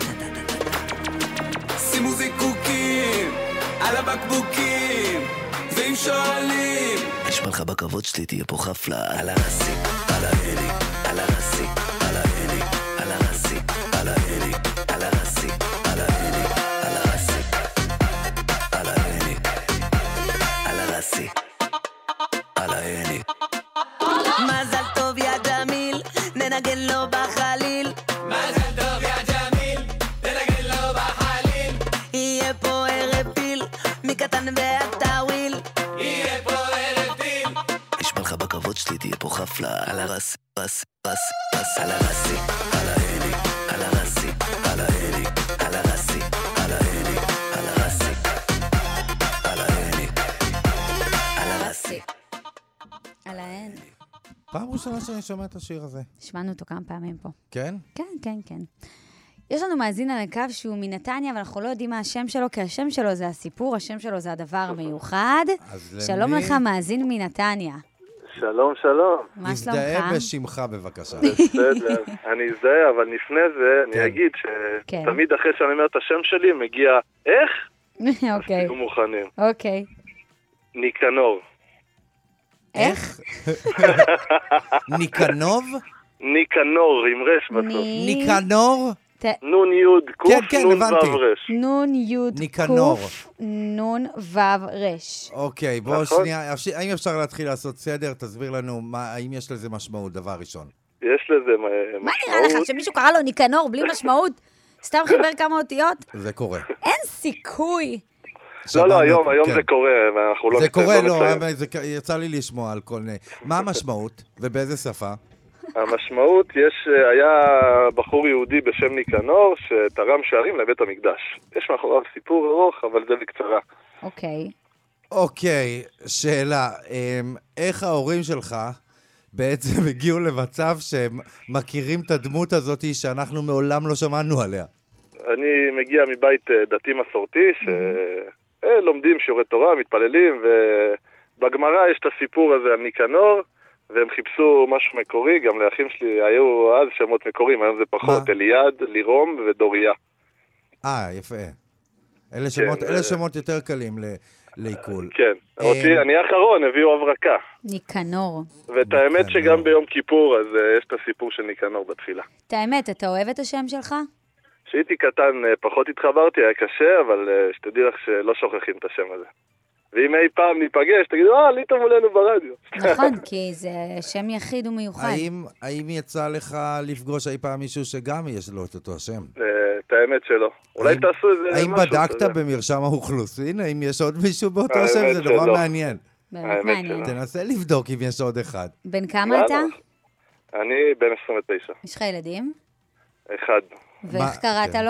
שימו זיקוקים, על הבקבוקים, ואם שואלים נשמע לך בכבוד שלי, תהיה פה חפלה. על הרסי, על האלי, על הרסי, על האלי, על הרסי, על האלי, על הרסי, על האלי, על הרסי, על האלי, על הרסי, על האלי. מזל טוב יא ג'מיל, ננגן לו בחליל. מזל טוב יא ג'מיל, ננגן לו בחליל. יהיה פה ערב פיל, מקטן ועד טאוויל. יהיה פה ערב פיל. נשמע לך בכבוד שלי, תהיה פה חפלה. על הרסי, רסי, רסי, רסי, על הרסי, על האלי, על הרסי, על האלי, על הרסי, על האלי, על הרסי, על האלי, על הרסי. על ההן. פעם ראשונה שאני שומע את השיר הזה. שמענו אותו כמה פעמים פה. כן? כן, כן, כן. יש לנו מאזין על הקו שהוא מנתניה, אבל אנחנו לא יודעים מה השם שלו, כי השם שלו זה הסיפור, השם שלו זה הדבר המיוחד. שלום למי? לך, מאזין מנתניה. שלום, שלום. מה שלומך? הזדהה בשמך בבקשה. בסדר, אני אזדהה, אבל לפני זה אני אגיד כן. שתמיד אחרי שאני אומר את השם שלי מגיע איך? אוקיי. תהיו מוכנים. אוקיי. ניקנור. איך? ניקנוב? ניקנור, עם רש בסוף. ניקנור? נון יוד קוף, כן, כן, נון הבנתי. וו רש. נון יוד ניקנור. קוף, נון וו רש. אוקיי, בואו נכון. שנייה, אפשר- האם אפשר להתחיל לעשות סדר? תסביר לנו מה- האם יש לזה משמעות, דבר ראשון. יש לזה מ- מה נראה לך משמעות. שמישהו קרא לו ניקנור בלי משמעות? סתם חיבר כמה אותיות? זה קורה. אין סיכוי. לא, לא, שמענו, היום, היום כן. זה קורה, ואנחנו לא זה ניתן- קורה, לא לא, נציין. אבל זה- יצא לי לשמוע על כל מיני. מה המשמעות ובאיזה שפה? המשמעות, יש, היה בחור יהודי בשם ניקנור שתרם שערים לבית המקדש. יש מאחוריו סיפור ארוך, אבל זה בקצרה. אוקיי. אוקיי, שאלה, אמ, איך ההורים שלך בעצם הגיעו למצב שהם מכירים את הדמות הזאת שאנחנו מעולם לא שמענו עליה? אני מגיע מבית אה, דתי מסורתי, שלומדים שיעורי תורה, מתפללים, ובגמרא יש את הסיפור הזה על ניקנור, והם חיפשו משהו מקורי, גם לאחים שלי היו אז שמות מקוריים, היום זה פחות, אליעד, לירום ודוריה. אה, יפה. אלה שמות, אלה אה, שמות יותר קלים ל- לעיכול. כן, אותי, אני האחרון, הביאו הברקה. ניקנור. ואת האמת שגם ביום כיפור, אז אה, יש את הסיפור של ניקנור בתפילה. את האמת, אתה אוהב את השם שלך? כשהייתי קטן אה, פחות התחברתי, היה קשה, אבל אה, שתדעי לך שלא שוכחים את השם הזה. ואם אי פעם ניפגש, תגידו, אה, עלית מולנו ברדיו. נכון, כי זה שם יחיד ומיוחד. האם, האם יצא לך לפגוש אי פעם מישהו שגם יש לו את אותו השם? אה, את האמת שלא. אולי האם- תעשו איזה משהו. האם בדקת אתה יודע. במרשם האוכלוסין? האם יש עוד מישהו באותו האמת השם? זה נורא שלא. מעניין. באמת האמת מעניין. שלא. תנסה לבדוק אם יש עוד אחד. בן כמה יאללה. אתה? אני בן עשרים ותשע. יש לך ילדים? אחד. ואיך קראת כן. לו?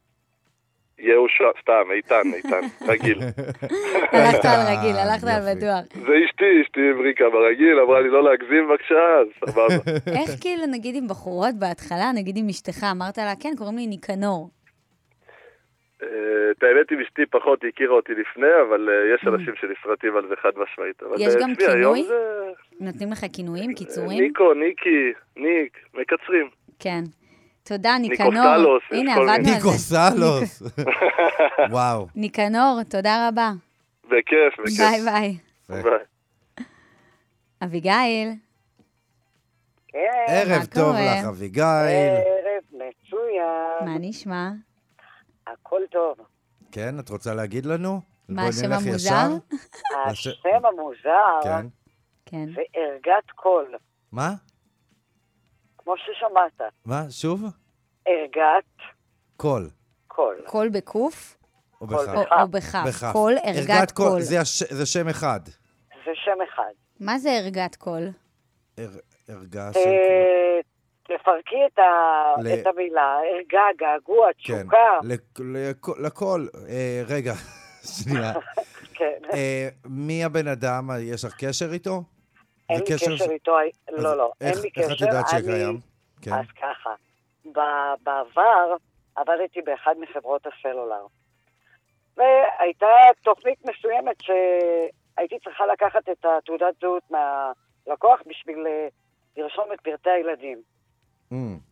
יהושע, סתם, איתן, איתן, רגיל. הלכת על רגיל, הלכת על בטוח. זה אשתי, אשתי בריקה ברגיל, אמרה לי לא להגזים בבקשה, אז סבבה. איך כאילו, נגיד עם בחורות בהתחלה, נגיד עם אשתך, אמרת לה, כן, קוראים לי ניקנור. אה, את האמת עם אשתי פחות הכירה אותי לפני, אבל אה, יש אנשים שנפרטים על זה חד משמעית. אבל, יש אה, גם תשמעי, היום כינוי? זה- נותנים לך כינויים, קיצורים? ניקו, ניקי, ניק, מקצרים. כן. תודה, ניקנור. ניקוסלוס, יש הנה, כל עבדנו מיני. על זה. ניקוסלוס. וואו. ניקנור, תודה רבה. בכיף, בכיף. ביי ביי. ביי. אביגיל. ערב מה טוב קורה? לך, אביגיל. ערב מצוין. מה נשמע? הכל טוב. כן, את רוצה להגיד לנו? מה בואי השם נלך המוזר? ישר. השם המוזר כן. כן. זה ערגת קול, מה? כמו ששמעת. מה? שוב? ערגת קול. קול. קול בקוף? או קול בכף. או- או בכף. בכף. קול, ערגת קול. זה הש- זה שם אחד. זה שם אחד. מה זה ערגת קול? ער- ערגה ת- של... תפרקי את ה- ל- את המילה, ערגה, געגוע, כן. תשוקה. ל- לק- לכל. אה, רגע, שנייה. כן. אה, מי הבן אדם? יש לך קשר איתו? אין זה לי קשר ש- איתו, אז לא, לא, אין איך- לי איך את קשר. יודעת אני- שקיים? כן. אז ככה, ב- בעבר עבדתי באחד מחברות הסלולר, והייתה תוכנית מסוימת שהייתי צריכה לקחת את התעודת זהות מהלקוח בשביל אה, לרשום את פרטי הילדים. Mm.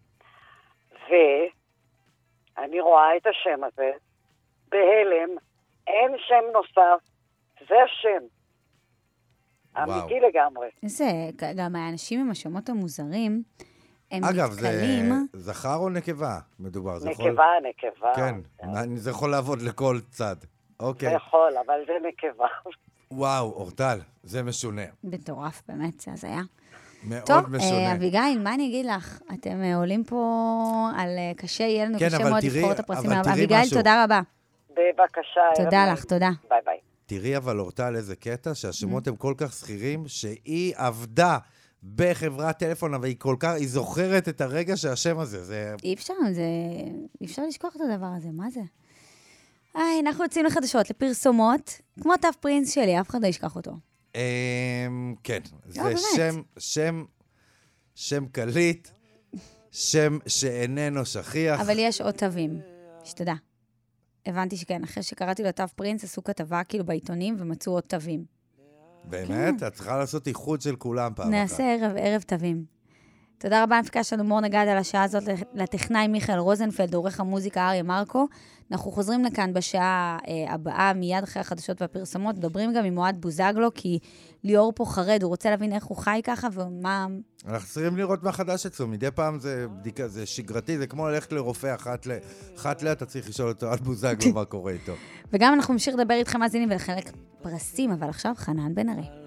ואני רואה את השם הזה, בהלם, אין שם נוסף, זה השם. אמיתי לגמרי. איזה, גם האנשים עם השמות המוזרים, הם אגב, זה נתקלים... זכר או נקבה מדובר? זה יכול- נקבה, נקבה. כן, זה יכול לעבוד לכל צד. זה אוקיי. יכול, אבל זה נקבה. וואו, אורטל, זה משונה. מטורף, באמת, זה הזיה. מאוד טוב, משונה. אה, אביגיל, מה אני אגיד לך? אתם אה, עולים פה על אה, קשה, יהיה לנו כן, קשה אבל מאוד תראי- לבחור את הפרסים. אבל תראי אביגיל, משהו. תודה רבה. בבקשה. תודה ערב לך, טוב. תודה. ביי ביי. תראי אבל אורטל איזה קטע, Mm. שהשמות הם כל כך שכירים, שהיא עבדה בחברת טלפון, אבל היא כל כך, היא זוכרת את הרגע שהשם הזה, זה... אי אפשר, זה... אי אפשר לשכוח את הדבר הזה, מה זה? היי, אנחנו יוצאים לחדשות, לפרסומות, כמו תו פרינס שלי, אף אחד לא ישכח אותו. אמ, כן, זה באמת. שם, שם, שם קליט, שם שאיננו שכיח. אבל יש עוד תווים, שתדע. הבנתי שכן, אחרי שקראתי לו תו פרינס, עשו כתבה כאילו בעיתונים ומצאו עוד תווים. באמת? את צריכה לעשות איחוד של כולם פעם אחת. נעשה ערב, ערב תווים. תודה רבה, המפיקה שלנו מור נגד על השעה הזאת, לטכנאי מיכאל רוזנפלד, עורך המוזיקה אריה מרקו. אנחנו חוזרים לכאן בשעה אה, הבאה, מיד אחרי החדשות והפרסומות, מדברים גם עם מועד בוזגלו, כי ליאור פה חרד, הוא רוצה להבין איך הוא חי ככה, ומה... אנחנו צריכים לראות מה חדש אצלו, מדי פעם זה בדיקה, זה שגרתי, זה כמו ללכת לרופא אחת ל... אחת לה, אתה צריך לשאול אותו על בוזגלו מה קורה איתו. וגם אנחנו נמשיך לדבר איתכם מאזינים ולחלק פרסים, אבל עכשיו חנן בן ארי.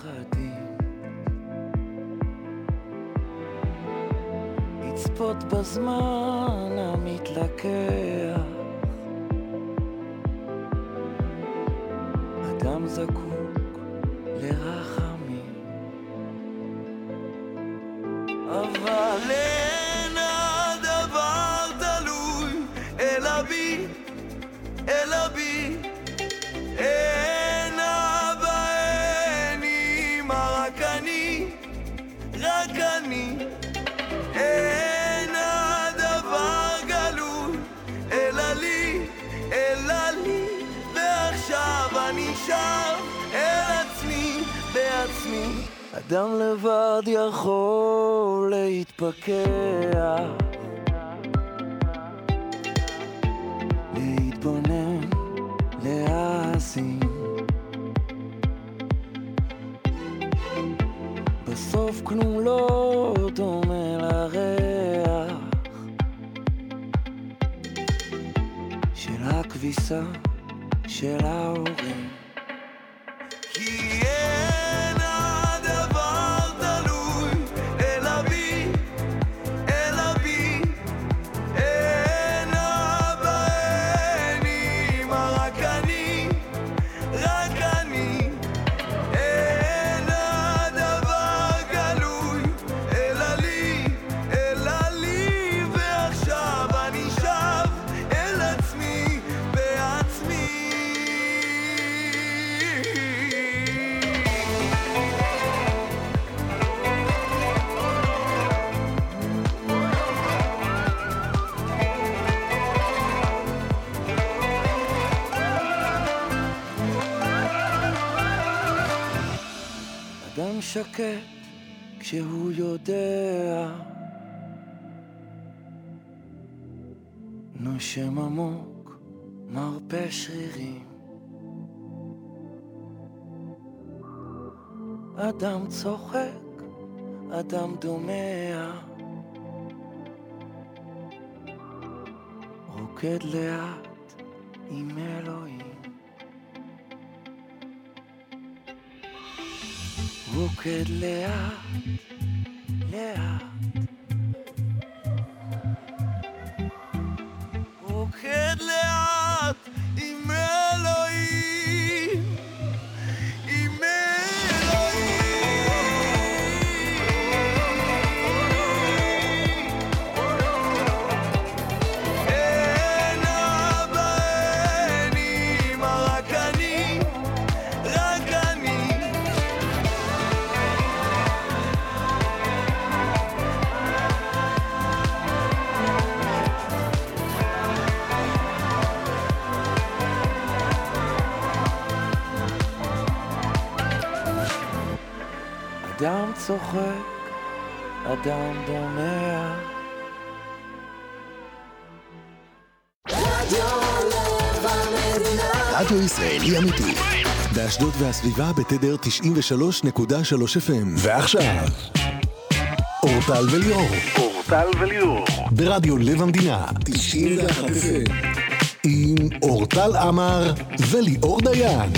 לצפות בזמן המתלקח, אדם זקוק לרחמים, אבל אין הדבר תלוי אלא בי, אלא בי, אין אבא אין אמא, רק אני, רק אני, אין הדבר גלוי אלא לי, אלא לי, ועכשיו אני שב אל עצמי בעצמי. אדם לבד יכול להתפכח, להתבונן, להאזין, בסוף כלום לא דומה לריח של הכביסה של ההורים, כי אין הדבר תלוי אלא בי, אלא בי, אין אבא אין אמא, רק אני, רק אני, אין הדבר גלוי אלא לי, אלא לי, ועכשיו אני שב אל עצמי בעצמי. אדם שקט כשהוא יודע, נושם עמוק, מרפא שרירים. אדם צוחק, אדם דומע, רוקד לאט עם אלוהים. רוקד לאט, לאט, אדם צוחק, אדם דומע. רדיו ישראלי אמיתי. באשדוד והסביבה בתדר תשעים ושלוש נקודה שלוש אף אם. ועכשיו, אורטל וליאור. אורטל וליאור. ברדיו לב המדינה. תשעים ואחת אף אם. עם אורטל עמר וליאור דיין.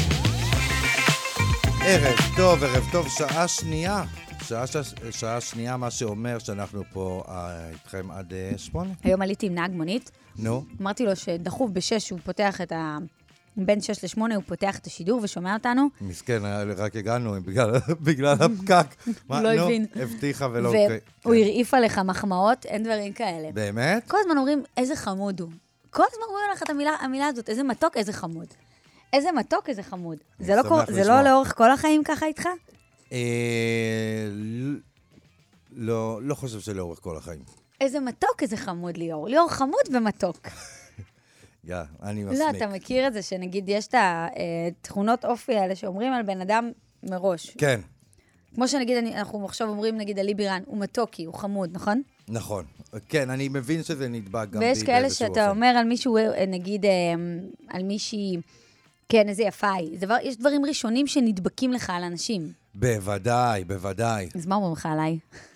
ערב טוב, ערב טוב, שעה שנייה. שעה, שעה, שעה שנייה, מה שאומר שאנחנו פה אה, איתכם עד אה, שמונה. היום עליתי עם נהג מונית. נו. אמרתי לו שדחוף בשש, הוא פותח את ה... בין שש לשמונה הוא פותח את השידור ושומע אותנו. מסכן, רק הגענו בגלל, בגלל הפקק. הוא לא הבין. הבטיחה ולא... והוא הרעיף עליך מחמאות, אין דברים כאלה. באמת? כל הזמן אומרים, איזה חמוד הוא. כל הזמן אומרים לך את המילה, המילה הזאת, איזה מתוק, איזה חמוד. איזה מתוק, איזה חמוד. זה לא, זה לא לאורך כל החיים ככה איתך? אה, לא, לא חושב שלאורך כל החיים. איזה מתוק, איזה חמוד ליאור. ליאור חמוד ומתוק. יא, אני מסמיק. לא, אתה מכיר את זה, שנגיד יש את התכונות אופי האלה שאומרים על בן אדם מראש. כן. כמו שנגיד, אנחנו עכשיו אומרים, נגיד, עלי בירן, הוא מתוקי, הוא חמוד, נכון? נכון. כן, אני מבין שזה נדבק גם בי. ויש כאלה שאתה אומר על מישהו, נגיד, על מישהי, כן, איזה יפה היא. יש דברים ראשונים שנדבקים לך על אנשים. בוודאי, בוודאי. אז מה אומרים לך עליי?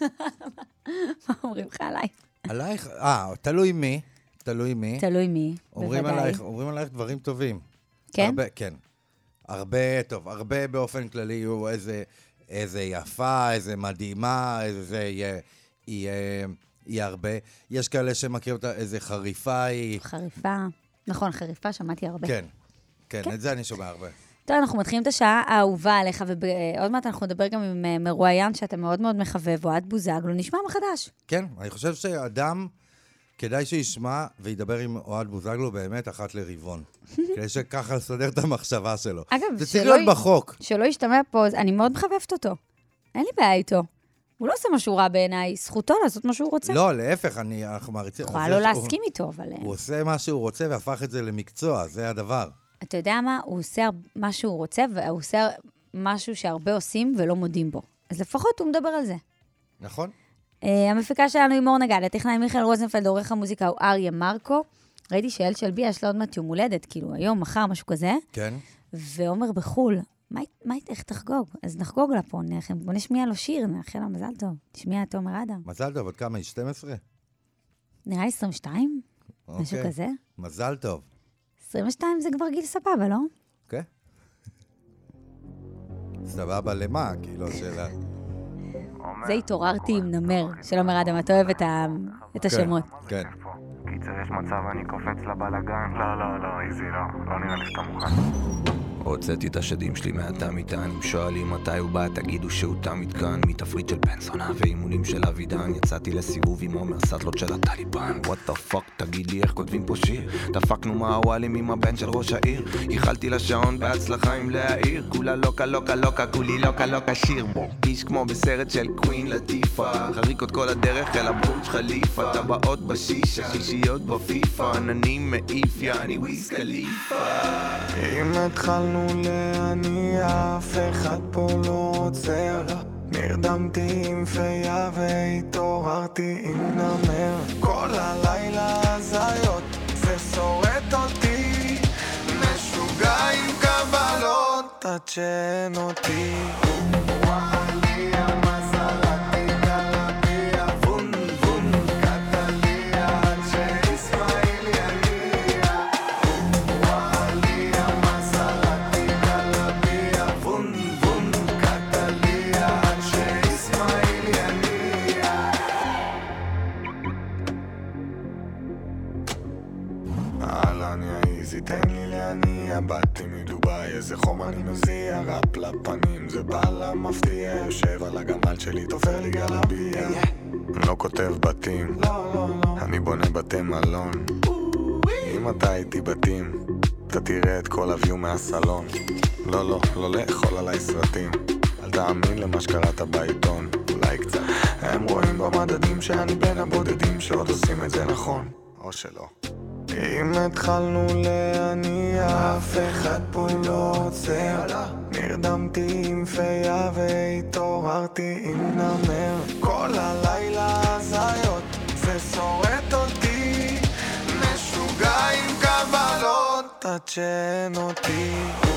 מה אומרים לך עליי? עלייך? אה, תלוי מי. תלוי מי. תלוי מי, אומרים בוודאי. עלייך, אומרים עלייך דברים טובים. כן? הרבה, כן. הרבה, טוב, הרבה באופן כללי יהיו איזה, איזה יפה, איזה מדהימה, איזה זה יהיה, יהיה, יהיה הרבה. יש כאלה שמכיר אותה, איזה חריפה היא. חריפה. נכון, חריפה, שמעתי הרבה. כן, כן, כן. את זה אני שומע הרבה. טוב, אנחנו מתחילים את השעה האהובה עליך, ועוד מעט אנחנו נדבר גם עם מרואיין שאתה מאוד מאוד מחבב, אוהד בוזגלו, נשמע מחדש. כן, אני חושב שאדם, כדאי שישמע וידבר עם אוהד בוזגלו באמת אחת לרבעון. כדי שככה לסדר את המחשבה שלו. אגב, זה צריך להיות בחוק. שלא ישתמע פה, אני מאוד מחבבת אותו. אין לי בעיה איתו. הוא לא עושה משהו רע בעיניי, זכותו לעשות מה שהוא רוצה. לא, להפך, אני, אנחנו מעריצים. יכולה לא להסכים איתו, אבל... הוא עושה מה שהוא רוצה והפך את זה למקצוע, זה הדבר. אתה יודע מה? הוא עושה מה שהוא רוצה, והוא עושה משהו שהרבה עושים ולא מודים בו. אז לפחות הוא מדבר על זה. נכון. Uh, המפיקה שלנו היא מור נגד, הטכנאי מיכאל רוזנפלד, עורך המוזיקה הוא אריה מרקו. ראיתי שאל שלבי יש לו עוד מעט יום הולדת, כאילו היום, מחר, משהו כזה. כן. ועומר בחול, מה, מה, איך תחגוג? אז נחגוג לה פה, בוא נשמיע לו שיר, נאחל לו מזל טוב. תשמיע את עומר אדם. מזל טוב, עוד כמה? היא שתים עשרה? נראה לי עשרים ושתיים? אוקיי. משהו כזה. מזל טוב. עשרים ושתיים זה כבר גיל סבבה, לא? אוקיי. סבבה למה? כאילו שאלה... זה התעוררתי עם נמר, של עומר אדם, אתה אוהב את השמות. כן. קיצר, יש מצב, אני קופץ לבלגן. לא, לא, לא, איזי, לא. לא נראה לי שאתה מוכן. הוצאתי את השדים שלי מהתא מטענים, שואלים מתי הוא בא, תגידו שהוא תמיד כאן, מתפריט של פנסונה ואימונים של אבידן, יצאתי לסיבוב עם עומר סטלות של הטליבן. What the fuck, תגיד לי איך כותבים פה שיר, דפקנו מהוואלים עם הבן של ראש העיר, ייחלתי לשעון בהצלחה עם להעיר, כולה לוקה לוקה לוקה, כולי לוקה לוקה שיר בו, איש כמו בסרט של קווין לטיפה, חריקות כל הדרך אל הבורג' חליפה, טבעות בשישה, שישיות בפיפה, עננים מעיף יעני וויז קליפה. אם התחלנו להניע, אף אחד פה לא עוצר, נרדמתי עם פיה והתעוררתי עם נמר, כל הלילה הזיות זה שורט אותי, משוגע עם קבלות עד שאין אותי. תן לי להניע, באתי מדוביי, איזה חום אני מזיע, ראפ לפנים, זה בעל המפתיע, יושב על הגמל שלי, תופר לי גלביה, אני לא כותב בתים, אני בונה בתי מלון, אם אתה הייתי בתים, אתה תראה את כל הוויו מהסלון, לא לא, לא לאכול עליי סרטים, אל תאמין למה שקראת בעיתון, אולי קצת, הם רואים במדדים שאני בין הבודדים שעוד עושים את זה נכון, או שלא. אם התחלנו להניע, אף אחד פה לא עוצר. נרדמתי עם פיה והתעוררתי עם נמר. כל הלילה הזיות, זה שורט אותי. משוגע עם קבלות, תצ'ן אותי.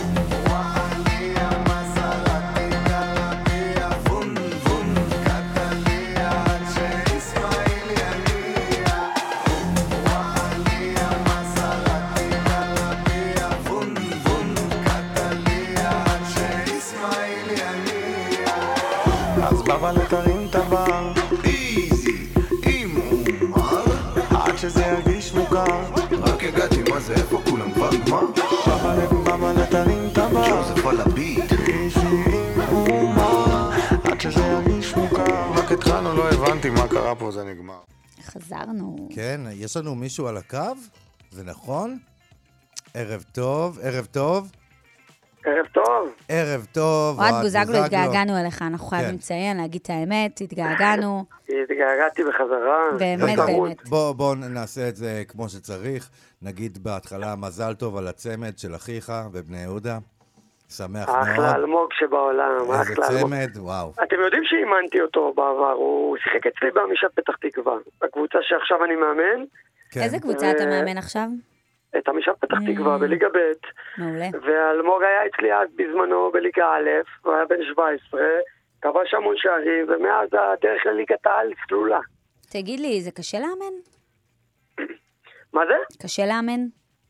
אבל תרים את הבר איזי, עם עומר עד שזה ירגיש מוכר. רק הגעתי, מה זה, איפה כולם כבר גמר? אבל תרים את הבר ג'וזף על הביט איזי, עם עומר עד שזה ירגיש מוכר. רק התחלנו, לא הבנתי מה קרה פה, זה נגמר. חזרנו. כן, יש לנו מישהו על הקו? זה נכון? ערב טוב, ערב טוב. ערב טוב. ערב טוב. אוהד בוזגלו, התגעגענו אליך, אנחנו חייבים לציין, להגיד את האמת, התגעגענו. התגעגעתי בחזרה. באמת, באמת. בואו נעשה את זה כמו שצריך. נגיד בהתחלה מזל טוב על הצמד של אחיך ובני יהודה. שמח מאוד. אחלה אלמוג שבעולם. איזה צמד, וואו. אתם יודעים שאימנתי אותו בעבר, הוא שיחק אצלי בעמישת פתח תקווה. הקבוצה שעכשיו אני מאמן. איזה קבוצה אתה מאמן עכשיו? את עמישת פתח תקווה בליגה ב'. מעולה. ואלמוג היה אצלי אז בזמנו בליגה א', הוא היה בן שבע עשרה, כבש המון שערים, ומאז הדרך לליגת העל סלולה. תגיד לי, זה קשה לאמן? מה זה? קשה לאמן?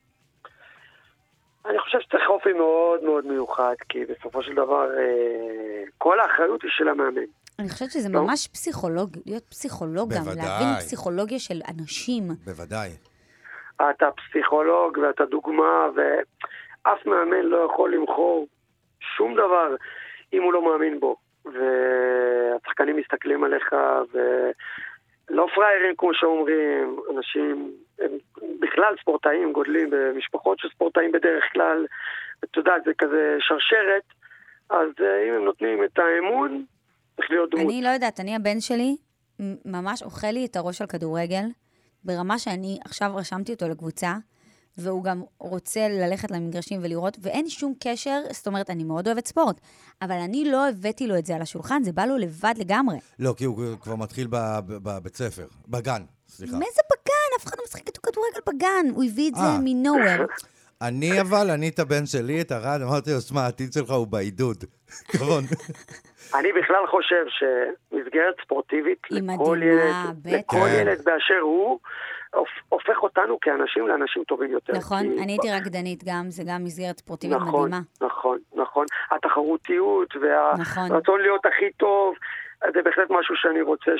אני חושב שצריך אופי מאוד מאוד מיוחד, כי בסופו של דבר כל האחריות היא של המאמן. אני חושבת שזה ממש פסיכולוג, להיות פסיכולוג גם, להבין פסיכולוגיה של אנשים. בוודאי. אתה פסיכולוג ואתה דוגמה, ואף מאמן לא יכול למחור שום דבר אם הוא לא מאמין בו. והשחקנים מסתכלים עליך, ולא פריירים כמו שאומרים, אנשים, הם בכלל ספורטאים, גודלים במשפחות של ספורטאים בדרך כלל, אתה יודע, זה כזה שרשרת, אז אם הם נותנים את האמון, צריך להיות דמות. אני לא יודעת, אני הבן שלי ממש אוכל לי את הראש על כדורגל, ברמה שאני עכשיו רשמתי אותו לקבוצה, והוא גם רוצה ללכת למגרשים ולראות, ואין שום קשר, זאת אומרת, אני מאוד אוהבת ספורט, אבל אני לא הבאתי לו את זה על השולחן, זה בא לו לבד לגמרי. לא, כי הוא כבר מתחיל בבית ספר, בגן, סליחה. מה זה בגן? אף אחד לא משחק את כדורגל בגן, הוא הביא את זה מנוהוור. אני אבל, אני את הבן שלי, את הרד, אמרתי לו, שמה, העתיד שלך הוא בעידוד. כמובן. אני בכלל חושב שמסגרת ספורטיבית לכל ילד, לכל ילד באשר הוא, הופך אותנו כאנשים לאנשים טובים יותר. נכון, אני הייתי רקדנית גם, זה גם מסגרת ספורטיבית מדהימה. נכון, נכון. התחרותיות והרצון להיות הכי טוב, זה בהחלט משהו שאני רוצה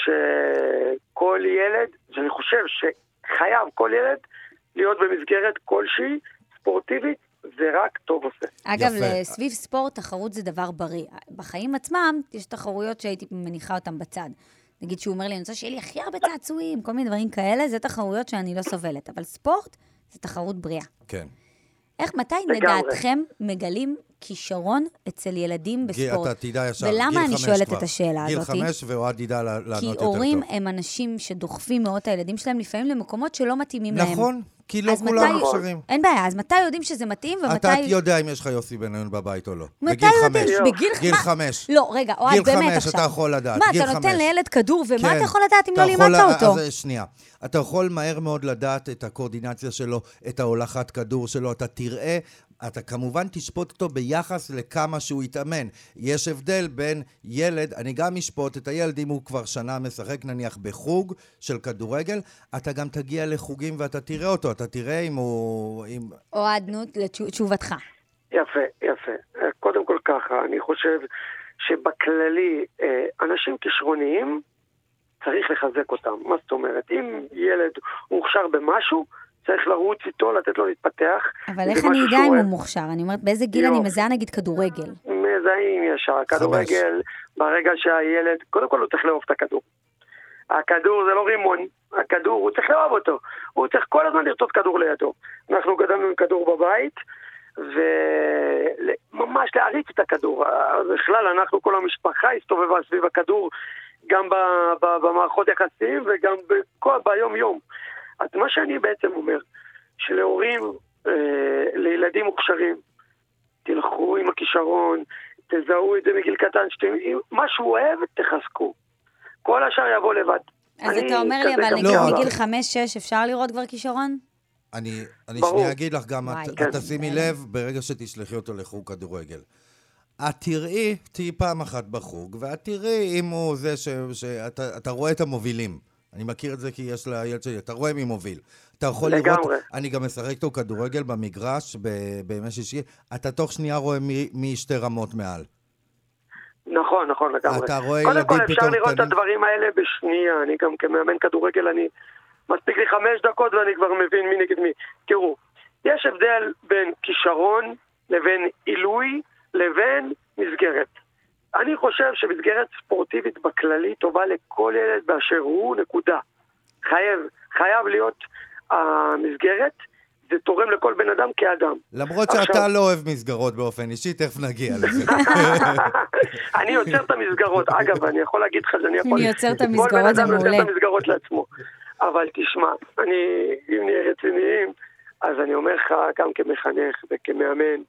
שכל ילד, שאני חושב שחייב כל ילד להיות במסגרת כלשהי ספורטיבית, זה רק טוב עושה. אגב, סביב ספורט, תחרות זה דבר בריא. בחיים עצמם, יש תחרויות שהייתי מניחה אותם בצד. נגיד שהוא אומר לי, אני רוצה שיהיה לי הכי הרבה צעצועים, כל מיני דברים כאלה, זה תחרויות שאני לא סובלת. אבל ספורט זה תחרות בריאה. כן. איך, מתי לדעתכם מגלים כישרון אצל ילדים בספורט? אתה תדע ישר, ולמה אני שואלת את השאלה הזאת? גיל חמש ואוהד ידע לענות יותר טוב. כי הורים הם אנשים שדוחפים מאוד את הילדים שלהם, לפעמים למקומות שלא מתאימים להם. נכון, כי לא כולם מוכשרים. אין בעיה, אז מתי יודעים שזה מתאים ומתי... אתה יודע אם יש לך יוסי בניון בבית או לא. מתי יודעים? בגיל חמש. לא, רגע, אוהד, באמת עכשיו. גיל חמש, אתה יכול לדעת. מה, אתה נותן לילד כדור, ומה אתה יכול לדעת אם לא לימדת אותו? אז שנייה. אתה יכול מהר מאוד לדעת את הקואורדינציה שלו, את ההולכת כדור שלו, אתה תראה, אתה כמובן תשפוט אותו ביחס לכמה שהוא יתאמן. יש הבדל בין ילד, אני גם אשפוט את הילד, אם הוא כבר שנה משחק נניח בחוג של כדורגל, אתה גם תגיע לחוגים ואתה תראה אותו, אתה תראה אם הוא... אוהד, נו, לתשובתך. יפה, יפה. קודם כל ככה, אני חושב שבכללי, אנשים כישרוניים, צריך לחזק אותם. מה זאת אומרת? אם ילד מוכשר במשהו, צריך לרוץ איתו, לתת לו להתפתח. אבל איך אני יודע אם הוא מוכשר? אני אומרת, באיזה גיל אני מזהה נגיד כדורגל? מזהים ישר. כדורגל, ברגע שהילד, קודם כל הוא צריך לאהוב את הכדור. הכדור זה לא רימון, הכדור, הוא צריך לאהוב אותו. הוא צריך כל הזמן לרצות כדור לידו. אנחנו גדלנו עם כדור בבית, וממש להריץ את הכדור. בכלל, אנחנו, כל המשפחה הסתובבה סביב הכדור, גם במערכות יחסים וגם ביום יום. אז מה שאני בעצם אומר, שלהורים, אה, לילדים מוכשרים, תלכו עם הכישרון, תזהו את זה מגיל קטן, שאתם, מה שהוא אוהב, תחזקו. כל השאר יבוא לבד. אז אני אתה אומר לי, כזה אבל גם נגיד ככה. מגיל חמש שש אפשר לראות כבר כישרון? אני, אני ברור. שנייה אגיד לך גם, וואי, את, כן. את תשימי לב, ברגע שתשלחי אותו לחוג כדורגל. את תראי, תהיי פעם אחת בחוג, ואת תראי אם הוא זה ש... שאתה אתה רואה את המובילים. אני מכיר את זה כי יש לילד שלי, אתה רואה מי מוביל. אתה יכול לגמרי. לראות, אני גם משחק אותו כדורגל במגרש ב- בימי שישי, אתה תוך שנייה רואה מי, מי שתי רמות מעל. נכון, נכון, לגמרי. אתה רואה קודם ילדים כל אפשר פתאום לראות את קטנים. הדברים האלה בשנייה. אני גם כמאמן כדורגל, אני מספיק לי חמש דקות ואני כבר מבין מי נגד מי. תראו, יש הבדל בין כישרון לבין עילוי לבין מסגרת. אני חושב שמסגרת ספורטיבית בכללי טובה לכל ילד באשר הוא, נקודה. חייב, חייב להיות המסגרת, זה תורם לכל בן אדם כאדם. למרות עכשיו- שאתה לא אוהב מסגרות באופן אישי, תכף נגיע לזה. אני יוצר את המסגרות. אגב, אני יכול להגיד לך שאני יכול... אני יוצר את כל המסגרות, בן זה אדם יוצר מעולה. את המסגרות לעצמו. אבל תשמע, אני, אם נהיה רציניים, אז אני אומר לך, גם כמחנך וכמאמן,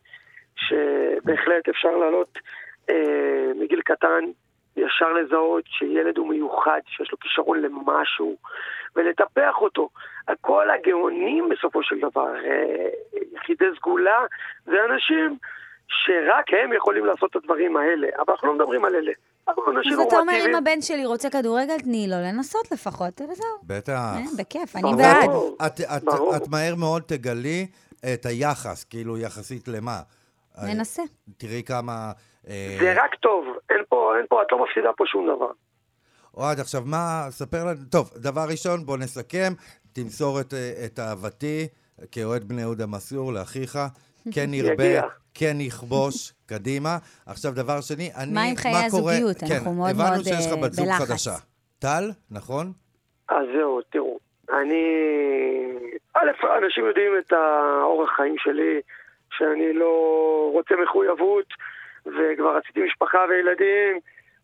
שבהחלט אפשר לעלות אה, מגיל קטן, ישר לזהות שילד הוא מיוחד, שיש לו כישרון למשהו, ולטפח אותו. כל הגאונים בסופו של דבר, אה, יחידי סגולה, זה אנשים שרק הם יכולים לעשות את הדברים האלה. אבל אנחנו לא מדברים על אלה. אנחנו אנשים אז אתה אומר, נורמטיביים. אם הבן שלי רוצה כדורגל, תני לו לנסות לפחות, וזהו. בטח. אה, בכיף, אני ברור. בעד. את, את, ברור. את מהר מאוד תגלי את היחס, כאילו יחסית למה. ננסה. תראי כמה... אה, זה רק טוב. אין פה, אין פה, את לא מפסידה פה שום דבר. אוהד, עכשיו מה, ספר לנו, טוב, דבר ראשון, בוא נסכם, תמסור את, אה, את אהבתי כאוהד בני יהודה מסור לאחיך, כן ירבה, יגיע. כן יכבוש, קדימה. עכשיו דבר שני, אני, מה עם חיי קורה? הזוגיות? כן, אנחנו מאוד הבנו מאוד, שיש לך אה, בת זוג בלחץ. חדשה. טל, נכון? אז זהו, תראו, אני... א', אנשים יודעים את האורח חיים שלי, שאני לא רוצה מחויבות, וכבר רציתי משפחה וילדים,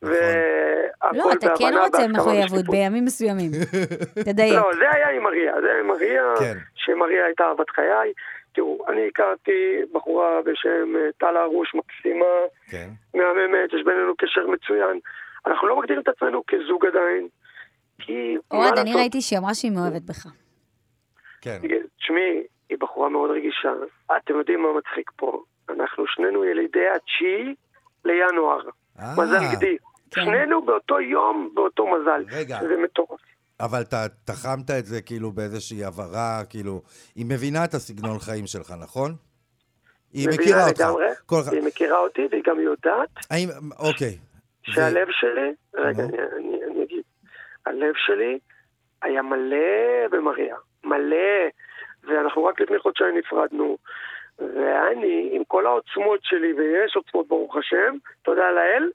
והכל לא, אתה כן בהבנה, רוצה בהסכמה מחויבות ושקיפות. בימים מסוימים. תדייק. לא, זה היה עם מריה, זה היה עם מריה, כן. שמריה הייתה אהבת חיי. תראו, אני הכרתי בחורה בשם אה, טל הרוש, מקסימה, כן. מהממת, יש בינינו קשר מצוין. אנחנו לא מגדירים את עצמנו כזוג עדיין, כי... מה אוהד, אני לעשות? ראיתי שהיא אמרה שהיא מאוהבת בך. כן. תשמעי, היא בחורה מאוד רגישה. אתם יודעים מה מצחיק פה? אנחנו שנינו ילידי התשיעי לינואר. אה, מזל גדי. כן. שנינו באותו יום, באותו מזל. רגע. זה מטורף. אבל אתה תחמת את זה כאילו באיזושהי עברה, כאילו, היא מבינה את הסגנון חיים שלך, נכון? היא מבינה מכירה אותך. לגמרי, כל... היא מכירה אותי והיא גם יודעת האם, אוקיי. שהלב שלי, רגע, נו. אני, אני, אני אגיד, הלב שלי היה מלא במריה, מלא, ואנחנו רק לפני חודשיים נפרדנו, ואני, עם כל העוצמות שלי, ויש עוצמות ברוך השם, תודה לאל,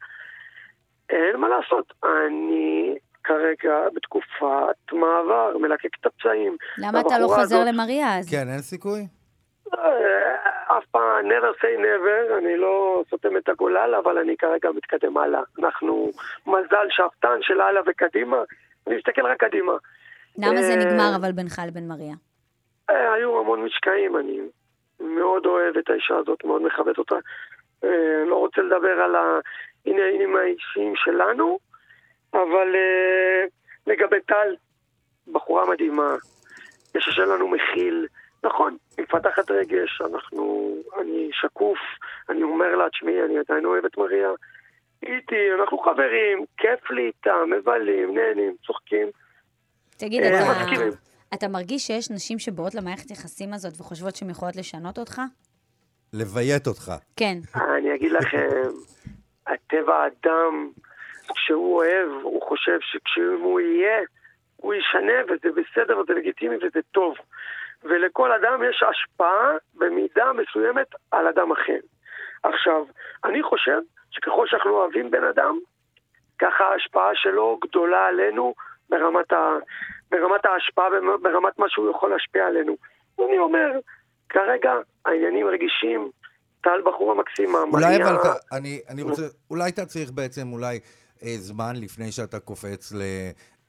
אין מה לעשות, אני כרגע בתקופת מעבר, מלקק את הפצעים. למה אתה לא והבחורה חוזר הזאת- למריה אז? כן, אין סיכוי? אה, אף פעם, never say never, אני לא סותם את הגולל, אבל אני כרגע מתקדם הלאה. אנחנו מזל שאפתן של הלאה וקדימה, אני מסתכל רק קדימה. למה זה אה, נגמר אבל בינך לבין מריה? אה, היו המון משקעים, אני מאוד אוהב את האישה הזאת, מאוד מכבד אותה. אה, לא רוצה לדבר על העניינים האישיים שלנו, אבל אה, לגבי טל, בחורה מדהימה, יש שלנו מכיל, נכון, היא מפתחת רגש, אנחנו, אני שקוף, אני אומר לה, תשמעי, אני עדיין אוהב את מריה, איתי, אנחנו חברים, כיף לי איתה, מבלים, נהנים, צוחקים. תגיד, אה, אתה- מסכימים. אתה מרגיש שיש נשים שבאות למערכת יחסים הזאת וחושבות שהן יכולות לשנות אותך? לביית אותך. כן. אני אגיד לכם, הטבע האדם, כשהוא אוהב, הוא חושב שכשהוא יהיה, הוא ישנה, וזה בסדר, וזה לגיטימי, וזה טוב. ולכל אדם יש השפעה במידה מסוימת על אדם אחר. עכשיו, אני חושב שככל שאנחנו אוהבים בן אדם, ככה ההשפעה שלו גדולה עלינו ברמת, ה... ברמת ההשפעה, ברמת מה שהוא יכול להשפיע עלינו. אני אומר, כרגע העניינים רגישים, טל בחורה מקסימה, אולי מריה... אבל אתה, אני, אני רוצה, אולי אתה צריך בעצם אולי אה, זמן לפני שאתה קופץ ל,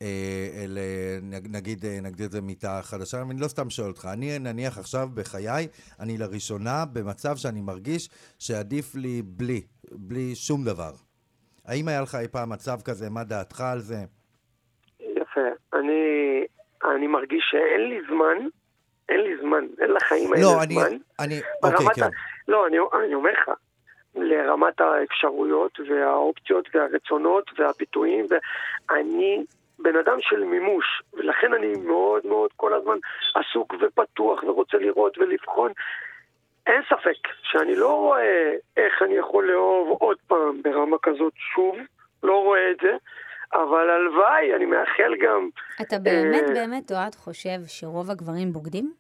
נגיד, נגדיר את זה מיטה חדשה, אני לא סתם שואל אותך, אני נניח עכשיו בחיי, אני לראשונה במצב שאני מרגיש שעדיף לי בלי, בלי שום דבר. האם היה לך אי פעם מצב כזה, מה דעתך על זה? יפה, אני, אני מרגיש שאין לי זמן, אין לי זמן, אין לחיים האלה לא, אני, זמן. אני, אוקיי, כן. ה... לא, אני, אני אומר לך, לרמת האפשרויות והאופציות והרצונות והביטויים, ואני בן אדם של מימוש, ולכן אני מאוד מאוד כל הזמן עסוק ופתוח ורוצה לראות ולבחון. אין ספק שאני לא רואה איך אני יכול לאהוב עוד פעם ברמה כזאת שוב, לא רואה את זה, אבל הלוואי, אני מאחל גם... אתה באמת אה... באמת אוהד חושב שרוב הגברים בוגדים?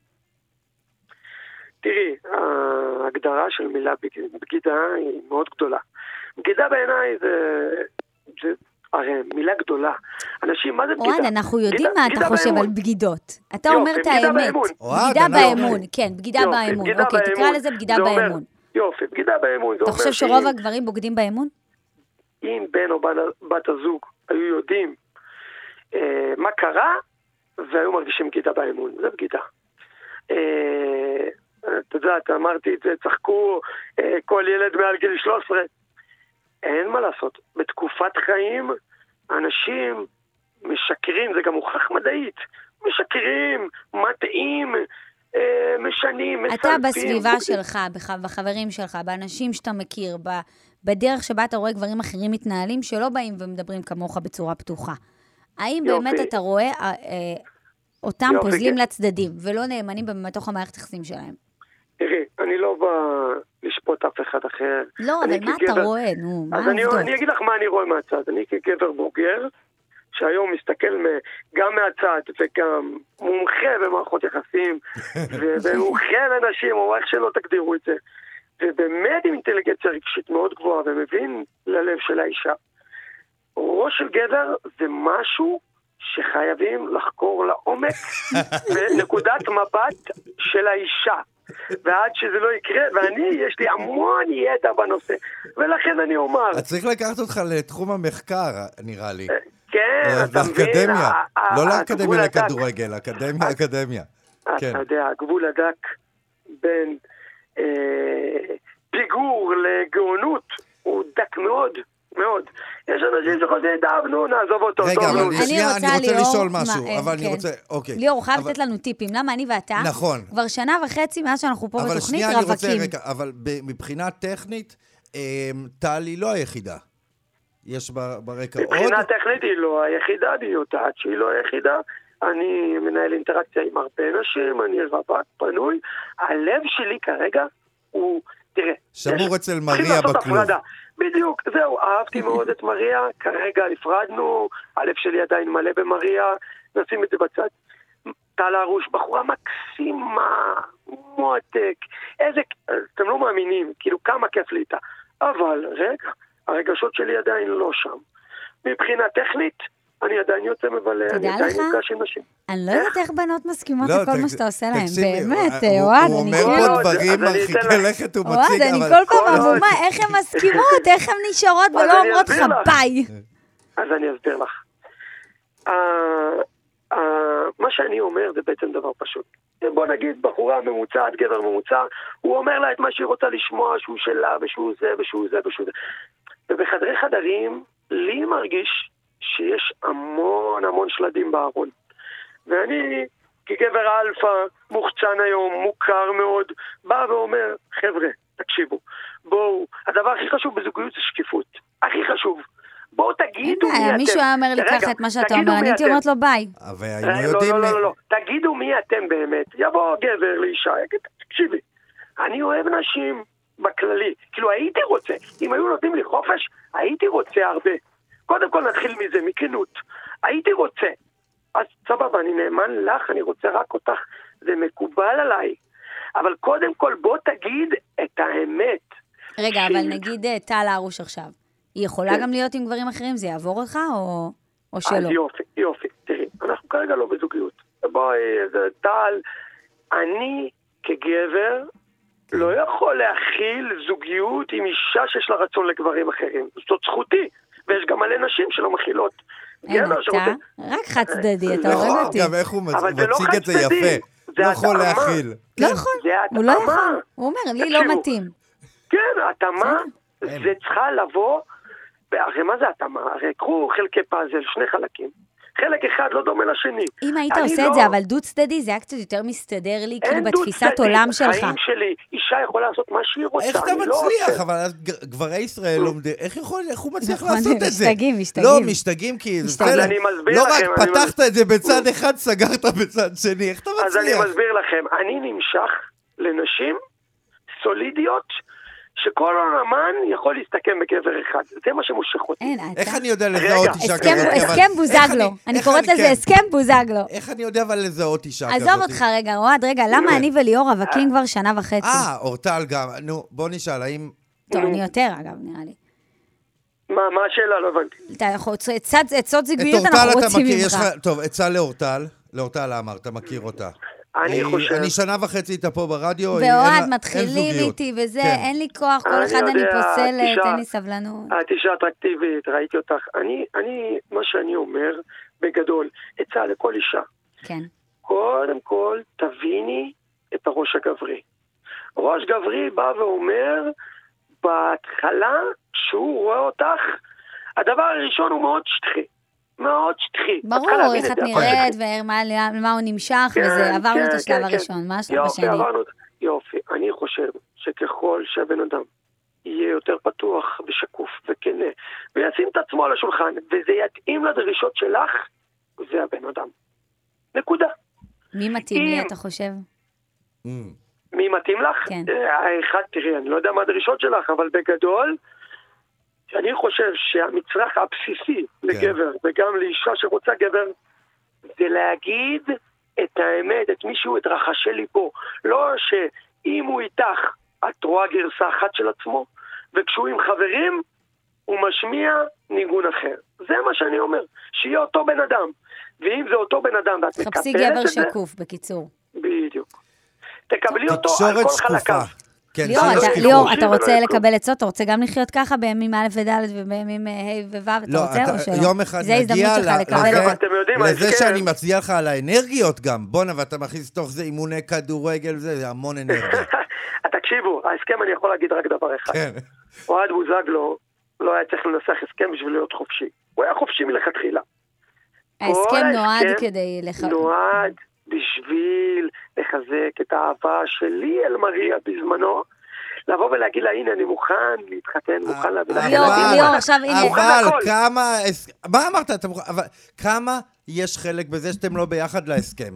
תראי, ההגדרה של מילה בגידה היא מאוד גדולה. בגידה בעיניי זה... זה... הרי מילה גדולה. אנשים, מה זה בגידה? אוהד, אנחנו יודעים מה אתה חושב על בגידות. אתה אומר את האמת. בגידה באמון. כן, בגידה באמון. אוקיי, תקרא לזה בגידה באמון. יופי, בגידה באמון. אתה חושב שרוב הגברים בוגדים באמון? אם בן או בת הזוג היו יודעים מה קרה, והיו מרגישים בגידה באמון. זה בגידה. אתה יודע, אתה אמרתי את זה, צחקו כל ילד מעל גיל שלוש עשרה. אין מה לעשות. בתקופת חיים, אנשים משקרים, זה גם הוכח מדעית, משקרים, מטעים, אה, משנים, מסלפים. אתה בסביבה שלך, בחברים שלך, באנשים שאתה מכיר, בדרך שבה אתה רואה גברים אחרים מתנהלים, שלא באים ומדברים כמוך בצורה פתוחה. האם יופי. באמת אתה רואה אה, אה, אותם יופי, פוזלים כן. לצדדים, ולא נאמנים בתוך המערכת יחסים שלהם? תראי, אני לא בא לשפוט אף אחד אחר. לא, אבל מה אתה רואה? נו, מה העובדות? אני אגיד לך מה אני רואה מהצד. אני כגבר בוגר, שהיום מסתכל גם מהצד וגם מומחה במערכות יחסים, ומומחה לאנשים, או איך שלא תגדירו את זה, ובאמת עם אינטליגנציה רגשית מאוד גבוהה, ומבין ללב של האישה. ראש של גבר זה משהו שחייבים לחקור לעומק, בנקודת מבט של האישה. ועד שזה לא יקרה, ואני, יש לי המון ידע בנושא, ולכן אני אומר... אז צריך לקחת אותך לתחום המחקר, נראה לי. כן, אתה מבין... לאקדמיה, לא לאקדמיה לכדורגל, אקדמיה, אקדמיה. אתה יודע, הגבול הדק בין פיגור לגאונות הוא דק מאוד, מאוד. יש אנשים שחושבים, טוב, נו, נעזוב אותו. רגע, אבל שנייה, אני רוצה לשאול משהו, אבל אני רוצה, אוקיי. ליאור, הוא חייב לתת לנו טיפים. למה אני ואתה? נכון. כבר שנה וחצי מאז שאנחנו פה בתוכנית רווקים. אבל שנייה, אני רוצה, רגע, אבל מבחינה טכנית, טלי לא היחידה. יש ברקע עוד... מבחינה טכנית היא לא היחידה, היא יודעת שהיא לא היחידה. אני מנהל אינטראקציה עם הרבה נשים, אני רווק פנוי. הלב שלי כרגע הוא... תראה, שמור אצל מריה בכלוב. בדיוק, זהו, אהבתי מאוד את מריה, כרגע נפרדנו, הלב שלי עדיין מלא במריה, נשים את זה בצד. טל הרוש, בחורה מקסימה, מועתק, איזה, אתם לא מאמינים, כאילו כמה כיף לי איתה. אבל, רגע, הרגשות שלי עדיין לא שם. מבחינה טכנית, אני עדיין יוצא מבלה, אני עדיין נפגש עם נשים. אני לא יודעת איך בנות מסכימות לכל מה שאתה עושה להם, באמת, אוהד, הוא אומר פה דברים מרחיקי לכת ומציג, אוהד, אני כל פעם עמומה, איך הן מסכימות, איך הן נשארות ולא אומרות לך ביי. אז אני אסביר לך. מה שאני אומר זה בעצם דבר פשוט. בוא נגיד, בחורה ממוצעת, גבר ממוצע, הוא אומר לה את מה שהיא רוצה לשמוע, שהוא שלה ושהוא זה ושהוא זה ושהוא זה. ובחדרי חדרים, לי מרגיש שיש המון המון שלדים בארון. ואני, כגבר אלפא, מוחצן היום, מוכר מאוד, בא ואומר, חבר'ה, תקשיבו, בואו, הדבר הכי חשוב בזוגיות זה שקיפות. הכי חשוב. בואו תגידו מי אתם. מישהו היה אומר לי ככה את מה שאתה אומר, אני הייתי אומרת לו ביי. לא, לא, לא, לא, תגידו מי אתם באמת. יבוא גבר לאישה, יגיד, תקשיבי, אני אוהב נשים בכללי. כאילו הייתי רוצה, אם היו נותנים לי חופש, הייתי רוצה הרבה. קודם כל נתחיל מזה, מכנות. הייתי רוצה. אז סבבה, אני נאמן לך, אני רוצה רק אותך. זה מקובל עליי. אבל קודם כל בוא תגיד את האמת. רגע, ש... אבל נגיד טל הרוש עכשיו. היא יכולה גם להיות עם גברים אחרים? זה יעבור לך או, או שלא? אז יופי, יופי. תראי, אנחנו כרגע לא בזוגיות. בואי, טל, אני כגבר לא יכול להכיל זוגיות עם אישה שיש לה רצון לגברים אחרים. זאת זכותי. ויש גם מלא נשים שלא מכילות. אין גבר אתה, שרוצה- רק חד צדדי, אתה הורג אותי. גם איך הוא מצ- אבל זה לא מציג את זה חד-צדדי. יפה. זה לא יכול התאמה. להכיל. לא כן. יכול, זה הוא לא התאמה. יכול. הוא אומר, לי לא תקשיבו. מתאים. כן, התאמה זה צריכה לבוא, הרי מה זה התאמה? הרי קחו חלקי פאזל, שני חלקים. חלק אחד לא דומה לשני. אם היית אני עושה לא- את זה, אבל דו צדדי, זה היה קצת יותר מסתדר לי, כאילו אין בתפיסת דו-צדדי. עולם שלך. חיים שלי, אישה יכולה לעשות מה שהיא רוצה. איך אתה אני לא מצליח? רוצה. אבל אז ג- גברי ישראל לומדים, איך יכול- איך הוא מצליח נכון, לעשות את זה? משתגעים, משתגעים. לא, משתגעים כי... משתגעים. בסדר. אני מסביר לא לכם, רק אני פתחת את זה בצד אחד, סגרת בצד שני, איך אתה אז אני מצליח? מסביר לכם, אני נמשך לנשים סולידיות, שכל אומן יכול להסתכם בגבר אחד. זה מה שמושך אותי. אין, איך אני יודע רגע. לזהות אישה הסכם- כזאת? אבל- הסכם בוזגלו. איך אני איך קוראת אני- לזה כן. הסכם בוזגלו. איך אני יודע אבל לזהות אישה כזאת? עזוב אותך רגע, אוהד, רגע, למה אני וליאור רווקים כבר שנה וחצי? אה, אורטל גם. נו, בוא נשאל, האם... טוב, אני יותר, אגב, נראה לי. מה מה השאלה? לא הבנתי. אתה יכול, עצת- עצות את זוגיות אורטל אנחנו אתה רוצים מכיר, יש ממך. לך... טוב, עצה לאורטל. לאורטל אמר, אתה מכיר אותה. אני היא- חושב- אני שנה וחצי איתה פה ברדיו. היא- אין לה- ואוהד, אין מתחילים זוגיות. איתי וזה, כן. אין לי כוח, כל אני אחד אני יודע, פוסלת, אישה- אין לי סבלנות. את אישה אטרקטיבית, ראיתי אותך. אני, אני, מה שאני אומר, בגדול, עצה לכל אישה. כן. קודם כל, תביני את הראש הגברי. ראש גברי בא ואומר, בהתחלה, כשהוא רואה אותך, הדבר הראשון הוא מאוד שטחי. מאוד שטחי. את צריכה ברור, להבין איך את את זה, הכל נראית שטחי. ומה הוא נמשך כן, וזה, עברנו כן, את השלב כן, הראשון, כן. מה השלב יופי, השני? עברנו, יופי. אני חושב שככל שהבן אדם יהיה יותר פתוח ושקוף וכנה, וישים את עצמו על השולחן, וזה יתאים לדרישות שלך, זה הבן אדם. נקודה. מי מתאים לי, אם- אתה חושב? מי מתאים לך? כן. אה, האחד, תראי, אני לא יודע מה הדרישות שלך, אבל בגדול, אני חושב שהמצרך הבסיסי לגבר, וגם לאישה שרוצה גבר, זה להגיד את האמת, את מישהו, את רחשי ליבו. לא שאם הוא איתך, את רואה גרסה אחת של עצמו, וכשהוא עם חברים, הוא משמיע ניגון אחר. זה מה שאני אומר, שיהיה אותו בן אדם. ואם זה אותו בן אדם, ואת חפשי מקבלת גבר את זה, שקוף, בקיצור. בדיוק. תקבלי אותו על תקשורת כל שקופה. חלקיו. כן, ליאור, זה אתה- שקיפות. ליאור, אתה ולא רוצה כלום. לקבל עצות? אתה רוצה גם לחיות ככה בימים א' וד' ובימים ה' וו'? אתה לא, רוצה אתה- או שלא? יום אחד זה ההזדמנות נגיע שלך ל- לקבל לזה- את זה. אתם יודעים, לזה ההסכם- שאני מצדיע לך על האנרגיות גם. בואנה, ואתה מכניס לתוך זה אימוני כדורגל, זה זה המון אנרגיה. תקשיבו, ההסכם אני יכול להגיד רק דבר אחד. כן. אוהד בוזגלו לא היה צריך לנסח הסכם בשביל להיות חופשי. הוא היה חופשי מלכתחילה. ההסכם כל נועד ההסכם כדי לח... נועד בשביל לחזק את האהבה שלי אל מריה בזמנו, לבוא ולהגיד לה, הנה, אני מוכן להתחתן, מוכן להביא לך ליאור, ילדים. ליאור, עכשיו, הנה. מוכן אבל לכל. כמה... הס- מה אמרת? אתה מוכן- אבל כמה יש חלק בזה שאתם לא ביחד להסכם?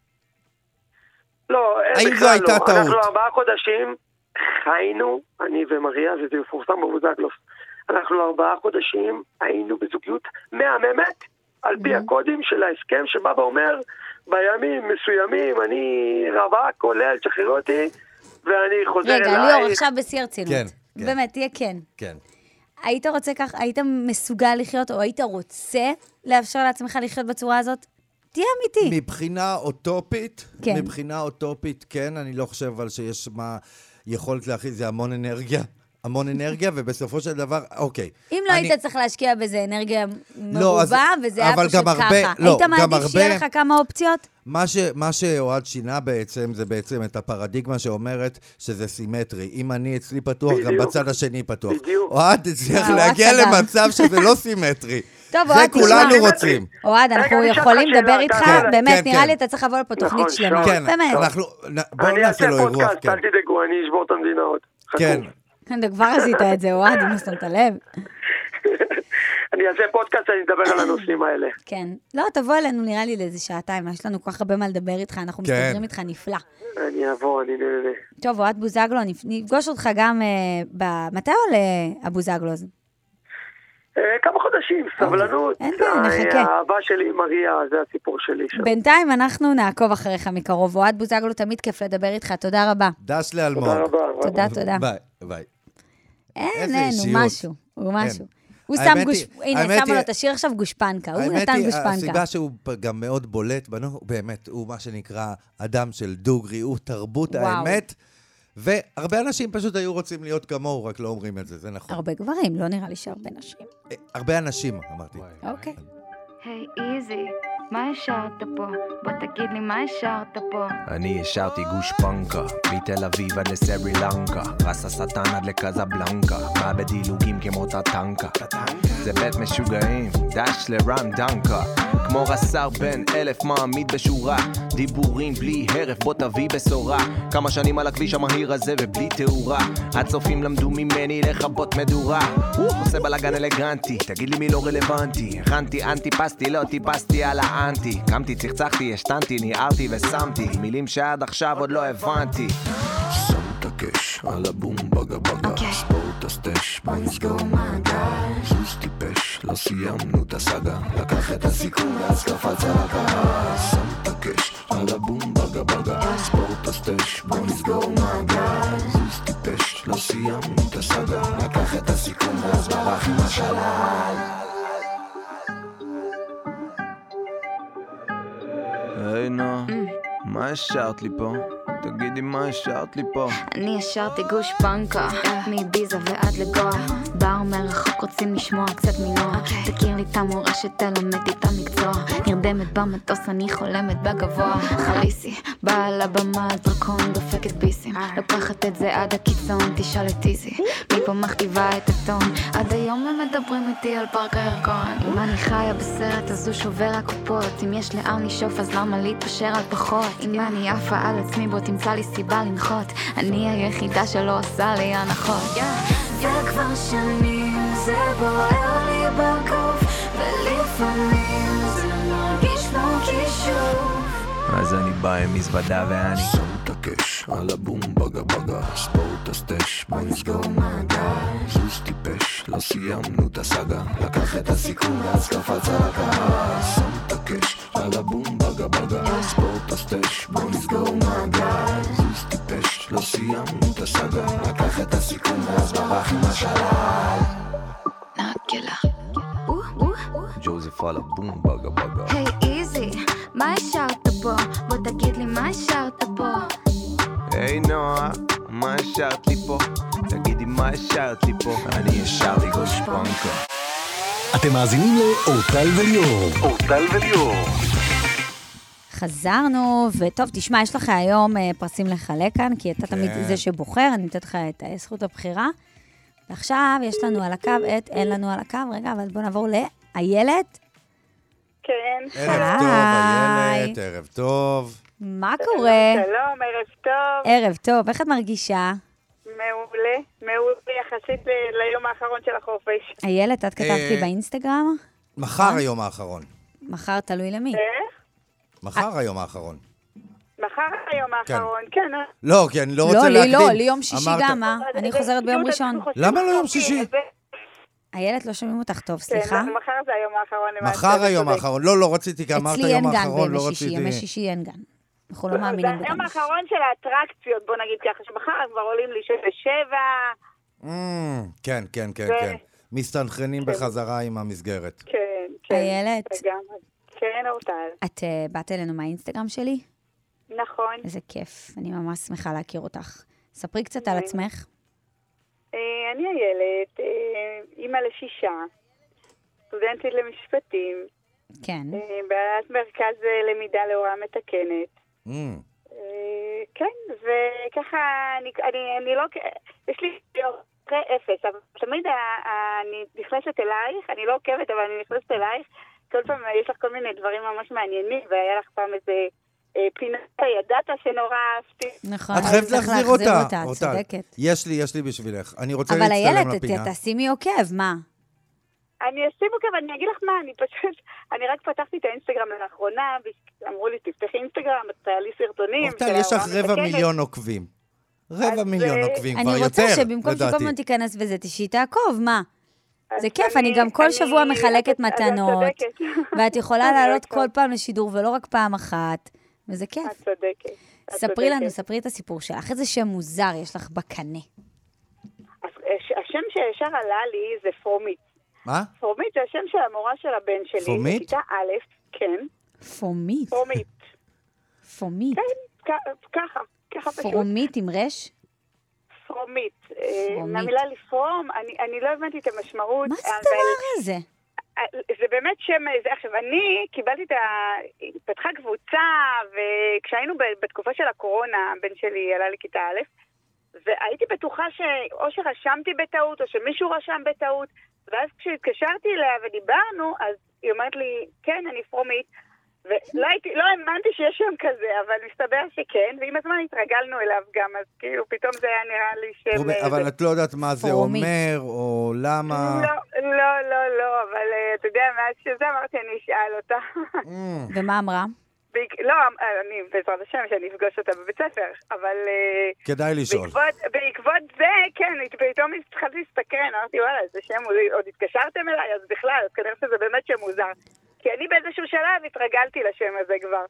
לא, אין האם בכלל זו הייתה לא. טעות? אנחנו ארבעה חודשים חיינו, אני ומריה, וזה יפורסם בבוזגלוס. אנחנו ארבעה חודשים היינו בזוגיות מהממת, על פי הקודים של ההסכם, שבא ואומר, בימים מסוימים אני רווק, כולל, תשחררו אותי, ואני חוזר רגע, אלייך. ליאור, עכשיו בשיא הרצינות. כן, כן. באמת, תהיה כן. כן. היית רוצה כך, היית מסוגל לחיות, או היית רוצה לאפשר לעצמך לחיות בצורה הזאת? תהיה אמיתי. מבחינה אוטופית, כן. מבחינה אוטופית, כן, אני לא חושב אבל שיש מה יכולת להכיל, זה המון אנרגיה, המון אנרגיה, ובסופו של דבר, אוקיי. אם לא אני- היית צריך להשקיע בזה אנרגיה לא, אז- מרובה, וזה היה אבל פשוט גם הרבה- ככה. לא, היית גם מעדיף שיהיה הרבה- לך כמה אופציות? מה, ש, מה שאוהד שינה בעצם, זה בעצם את הפרדיגמה שאומרת שזה סימטרי. אם אני אצלי פתוח, גם בדיוק. בצד השני פתוח. בדיוק. אוהד הצליח אה, להגיע אוהד סגר. למצב שזה לא סימטרי. טוב, זה אוהד, תשמע. כולנו רוצים. אוהד, אנחנו רגע, אני אשאל יכולים אותך לדבר שאלה, איתך? אתה- באמת, כן, נראה כן. לי אתה צריך לבוא לפה נכון, תוכנית שלמה. שעות. כן, באמת. אנחנו, בואו אני נעשה אעשה לו אירוח, פודקאסט, כן. אל תדאגו, אני אשבור את המדינה עוד. חכו. כן. אתה כבר עשית את זה, אוהד, אם לא שמת לב. אני אעשה פודקאסט, אני אדבר על הנושאים האלה. כן. לא, תבוא אלינו, נראה לי, לאיזה שעתיים. יש לנו כל כך הרבה מה לדבר איתך, אנחנו כן. מסתדרים איתך נפלא. אני אבוא, אני נהנה. טוב, אוהד בוזגלו, נפ- נפגוש אותך גם אה, ב... מתי עולה הבוזגלו הזה? אה, כמה חודשים, סבלנות. אין בעיה, נחכה. האהבה שלי עם מריה, זה הסיפור שלי שם. בינתיים אנחנו נעקוב אחריך מקרוב. אוהד בוזגלו, תמיד כיף לדבר איתך, תודה רבה. דש לאלמוג. תודה רבה. תודה, תודה. ביי, ביי. אין, איזה אין, הוא אישיות. משהו, הוא משהו. הוא האמת שם היא- גוש... הנה, האמת שמו לו היא- את השיר עכשיו גושפנקה. הוא האמת נתן היא, גושפנקה. הסיבה שהוא גם מאוד בולט בנו, באמת, הוא מה שנקרא אדם של דוגרי, הוא תרבות וואו. האמת, והרבה אנשים פשוט היו רוצים להיות כמוהו, רק לא אומרים את זה, זה נכון. הרבה גברים, לא נראה לי שהרבה נשים. הרבה אנשים, אמרתי. אוקיי. היי איזי, מה השארת פה? בוא תגיד לי מה השארת פה. אני השארתי גוש פנקה, מתל אביב עד לסרי לנקה, רס השטן עד לקזבלנקה, מה בדילוגים כמו טטנקה. זה בית משוגעים, דש לרן דנקה, כמו רס"ר בן אלף מעמיד בשורה, דיבורים בלי הרף, בוא תביא בשורה. כמה שנים על הכביש המהיר הזה ובלי תאורה, הצופים למדו ממני לחבות מדורה. עושה בלגן אלגנטי, תגיד לי מי לא רלוונטי. הכנתי אנטי פסטי, לא טיפסתי על האנטי, קמתי, צחצחתי, השתנתי, ניערתי ושמתי מילים שעד עכשיו עוד לא הבנתי. שם את הקש על הבום בגה בגה, ספורט הסטש, בוא נסגור מעגל. זוז טיפש, לא סיימנו את הסגה, לקח את הסיכון ואז קפץ על הקהל. שם את הקש על הבום בגה בגה, ספורט הסטש, בוא נסגור מעגל. זוז טיפש, לא סיימנו את הסגה, לקח את הסיכון ואז ברח עם השלל. היי נו, מה השארת לי פה? תגידי מה השארת לי פה. אני השארתי גוש פנקה, מביזה ועד לגואה, בר מרחוק רוצים לשמוע קצת מנוע. תכיר לי את המורה שתלמד את המקצוע, נרדמת במטוס אני חולמת בגבוה. חליסי, באה על הבמה על דרקון דופקת ביסים, לוקחת את זה עד הקיצון, תשאל את איזי מפה מכתיבה את הטון. עד היום הם מדברים איתי על פארק הירקון. אם אני חיה בסרט אז הוא שובר הקופות, אם יש לאן לשאוף אז למה להתפשר על פחות. אם אני עפה על עצמי בוא תמצא לי סיבה לנחות, אני היחידה שלא עושה לי הנחות. וכבר שנים זה בוער לי בגוף, ולפעמים זה מרגיש כמו כישוף. אז אני בא עם מזוודה ואני שם את הקש על הבום בגה בגה, ספורט הסטש, בוא נסגור מעגל. זוז טיפש, לא סיימנו את הסגה, לקח את הסיכון ואז קפץ על הקהל. שם את הקש על הבום בגה בגה, ספורט הסטש, בוא נסגור מעגל. זוז טיפש, לא סיימנו את הסגה, לקח את הסיכון ואז ברח עם השלל. נקלה ג'וזף על הבום בגה בגה. היי איזי, מה השארת פה? בוא תגיד לי מה השארת פה. היי נועה, מה השארת לי פה? תגידי מה השארת לי פה. אני השארתי גוש פנקה. אתם מאזינים לאורטל וליאור. אורטל וליאור. חזרנו, וטוב, תשמע, יש לך היום פרסים לחלק כאן, כי אתה תמיד זה שבוחר, אני נותנת לך את זכות הבחירה. ועכשיו יש לנו על הקו את, אין לנו על הקו, רגע, אבל בוא נעבור לאיילת. כן. ערב טוב, איילת, ערב טוב. מה קורה? שלום, ערב טוב. ערב טוב, איך את מרגישה? מעולה, מעולה יחסית ליום האחרון של החופש. איילת, את כתבת לי באינסטגרם? מחר היום האחרון. מחר תלוי למי? איך? מחר היום האחרון. מחר היום האחרון, כן. לא, כי אני לא רוצה להקדים. לא, לי לא, לי יום שישי גם, מה? אני חוזרת ביום ראשון. למה לא יום שישי? איילת, לא שומעים אותך טוב, סליחה. כן, מחר זה היום האחרון. מחר היום האחרון. לא, לא רציתי, כי אמרת היום האחרון, לא רציתי. אצלי אין גן בימי שישי, ימי שישי אין גן. אנחנו לא מאמינים בגן. זה היום האחרון של האטרקציות, בוא נגיד ככה, שמחר כבר עולים לישון בשבע. כן, כן, כן, כן. מסתנכרנים בחזרה עם המסגרת. כן, כן. איילת. כן, אורטל. את באת אלינו מהאינסטגרם שלי? נכון. איזה כיף, אני ממש שמחה להכיר אותך. ספרי קצת על עצמך. אני איילת, אימא לשישה, סטודנטית למשפטים. כן. בעלת מרכז למידה להוראה מתקנת. כן, וככה, אני לא, יש לי אחרי אפס, אבל תמיד אני נכנסת אלייך, אני לא עוקבת, אבל אני נכנסת אלייך, כל פעם יש לך כל מיני דברים ממש מעניינים, והיה לך פעם איזה פינת הידעת שנורא אהבתי. נכון, את חייבת להחזיר אותה, את צודקת. יש לי, יש לי בשבילך. אני רוצה להצטלם לפינה. אבל איילת, תשימי עוקב, מה? אני אשים עוקב, אני אגיד לך מה, אני פשוט, אני רק פתחתי את האינסטגרם לאחרונה, אמרו לי, תפתחי אינסטגרם, תעלי סרטונים. אורטל, יש לך רבע מיליון עוקבים. רבע מיליון עוקבים, כבר יותר, לדעתי. אני רוצה שבמקום שכל פעם תיכנס וזה, תשאי תעקוב, מה? זה כיף, אני גם כל שבוע מחלקת מתנות, ואת יכולה לעלות כל פעם לשידור, ולא רק פעם אחת, וזה כיף. את צודקת. ספרי לנו, ספרי את הסיפור שלך. איזה שם מוזר יש לך בקנה. השם שישר עלה לי זה פרומית. מה? פרומית זה השם של המורה של הבן שלי. פרומית? בכיתה א', כן. פרומית? פרומית. פרומית. כן, ככה, ככה פשוט. פרומית עם רש? פרומית. פרומית. מהמילה לפרום, אני, אני לא הבנתי את המשמעות. מה זה הדבר הזה? זה באמת שם, זה עכשיו, אני קיבלתי את ה... התפתחה קבוצה, וכשהיינו בתקופה של הקורונה, הבן שלי עלה לכיתה א', והייתי בטוחה שאו שרשמתי בטעות, או שמישהו רשם בטעות, ואז כשהתקשרתי אליה ודיברנו, אז היא אומרת לי, כן, אני פרומית, ולא הייתי, לא האמנתי שיש שם כזה, אבל מסתבר שכן, ועם הזמן התרגלנו אליו גם, אז כאילו פתאום זה היה נראה לי שם... אבל את לא יודעת מה זה אומר, או למה... לא, לא, לא, לא, אבל אתה יודע, מאז שזה אמרתי, אני אשאל אותה. ומה אמרה? לא, אני בעזרת השם שאני אפגוש אותה בבית ספר, אבל... כדאי לשאול. בעקבות זה, כן, פתאום התחלתי להסתכן, אמרתי, וואלה, זה שם, עוד התקשרתם אליי, אז בכלל, אז כנראה שזה באמת שם מוזר. כי אני באיזשהו שלב התרגלתי לשם הזה כבר.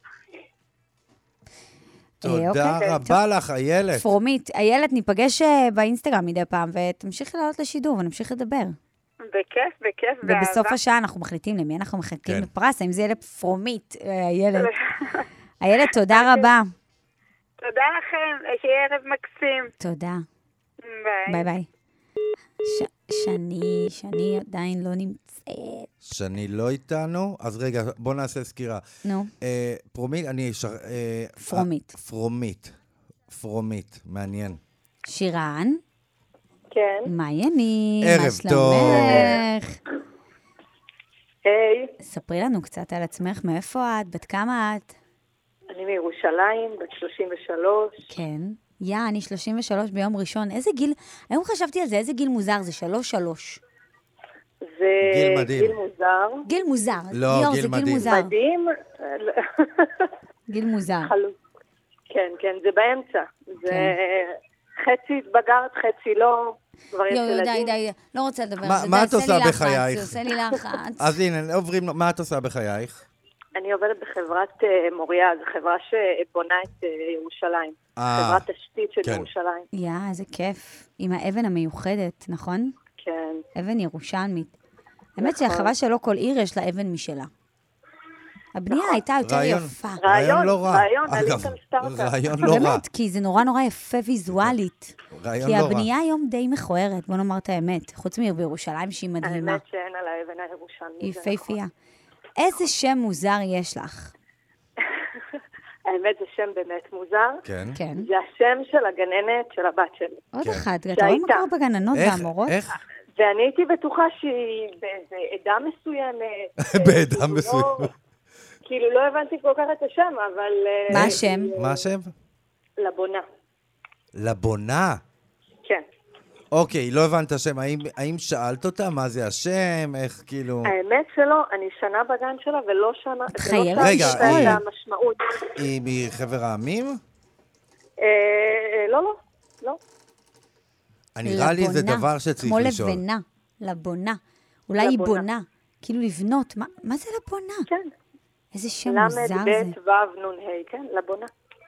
תודה רבה לך, איילת. פרומית, איילת, ניפגש באינסטגרם מדי פעם, ותמשיך לעלות לשידור ונמשיך לדבר. בכיף, בכיף. ובסוף השעה אנחנו מחליטים למי אנחנו מחליטים לפרס, האם זה יהיה לפרומית, איילת. איילת, תודה רבה. תודה לכם, שיהיה ערב מקסים. תודה. ביי. ביי ביי. שני, שני עדיין לא נמצאת. שני לא איתנו, אז רגע, בוא נעשה סקירה. נו. פרומית, אני... פרומית. פרומית. פרומית, מעניין. שירן? כן. מה העניינים? ערב טוב. היי. ספרי לנו קצת על עצמך, מאיפה את? בת כמה את? אני מירושלים, בת שלושים ושלוש. כן. יא, אני שלושים ושלוש ביום ראשון. איזה גיל, היום חשבתי על זה, איזה גיל מוזר, זה שלוש שלוש. זה גיל מדהים. גיל מוזר. גיל מוזר. לא, יור, גיל זה מדהים. גיל מוזר. מדהים. גיל מוזר. חלוץ. כן, כן, זה באמצע. זה חצי התבגרת, חצי לא. יו, די, די, לא רוצה לדבר על זה. מה את עושה בחייך? זה עושה לי לחץ. אז הנה, עוברים, מה את עושה בחייך? אני עובדת בחברת מוריה, זו חברה שבונה את ירושלים. חברת תשתית של ירושלים. יא, איזה כיף. עם האבן המיוחדת, נכון? כן. אבן ירושלמית. האמת שהחווה שלא כל עיר יש לה אבן משלה. הבנייה הייתה יותר יפה. רעיון לא רע. רעיון, אגב, רעיון לא רע. באמת, כי זה נורא נורא יפה ויזואלית. רעיון כי לא רע. הבנייה היום די מכוערת, בוא נאמר את האמת. חוץ מירושלים שהיא מדהימה. האמת שאין על האבן הירושלמית. היא יפהפייה. איזה שם מוזר יש לך? האמת זה שם באמת מוזר. כן. כן. זה השם של הגננת של הבת שלי. עוד אחד, אתה רואה מה קורה בגננות והמורות? איך? ואני הייתי בטוחה שהיא באיזה עדה מסוימת. בעדה מסוימת. כאילו לא הבנתי כל כך את השם, אבל... מה השם? מה השם? לבונה. לבונה? כן. אוקיי, לא הבנת השם. האם, האם שאלת אותה מה זה השם? איך כאילו... האמת שלא, אני שנה בגן שלה ולא שנה... את חייבת רגע, היא... המשמעות. היא מחבר העמים? אה, לא, לא, לא. נראה לי זה דבר שצריך לשאול. כמו לבנה, לבונה. אולי היא בונה. כאילו לבנות. מה, מה זה לבונה? כן. איזה שם מוזר זה. למד בית וו נון היי, כן, לבונה.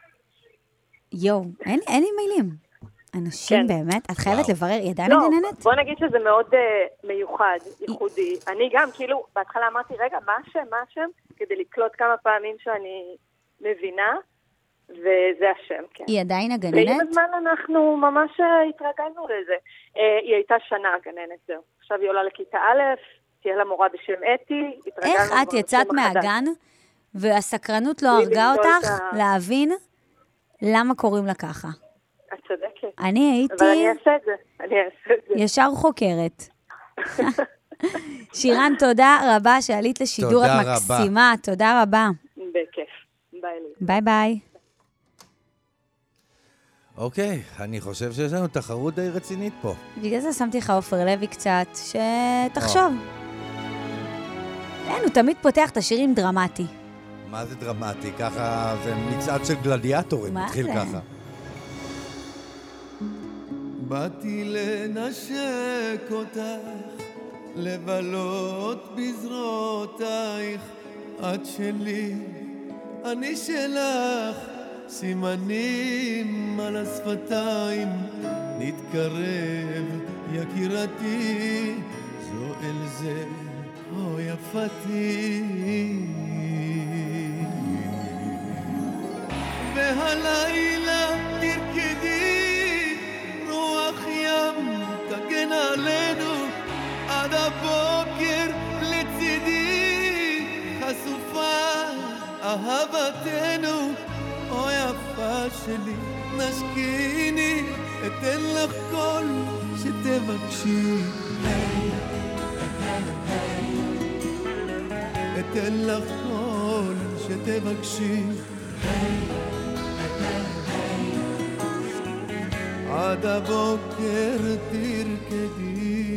יו, אין, אין לי מילים. אנשים כן. באמת, את חייבת לברר, היא עדיין לא, הגננת? בוא נגיד שזה מאוד uh, מיוחד, ייחודי. אני גם, כאילו, בהתחלה אמרתי, רגע, מה השם, מה השם? כדי לקלוט כמה פעמים שאני מבינה, וזה השם, כן. היא עדיין הגננת? ועם הזמן אנחנו ממש התרגלנו לזה. Uh, היא הייתה שנה הגננת, זהו. עכשיו היא עולה לכיתה א', תהיה לה מורה בשם אתי. איך את יצאת מהגן, והסקרנות לא הרגה אותך ה... להבין למה קוראים לה ככה? את צודקת. אני הייתי... אבל אני אעשה את זה. אני אעשה את זה. ישר חוקרת. שירן, תודה רבה שעלית לשידור. את מקסימה. תודה רבה. בכיף. ביי לי. ביי ביי. אוקיי, אני חושב שיש לנו תחרות די רצינית פה. בגלל זה שמתי לך עופר לוי קצת, שתחשוב. אין, הוא תמיד פותח את השירים דרמטי. מה זה דרמטי? ככה זה מצעד של גלדיאטורים, מתחיל ככה. באתי לנשק אותך, לבלות בזרועותייך, את שלי, אני שלך, סימנים על השפתיים, נתקרב יקירתי, זו אל זה, או יפתי. והלילה תרקדי, רוח אהבתנו, או יפה שלי, נשקיני, אתן לך כל שתבקשי. אתן לך כל שתבקשי. עד הבוקר תרקדי.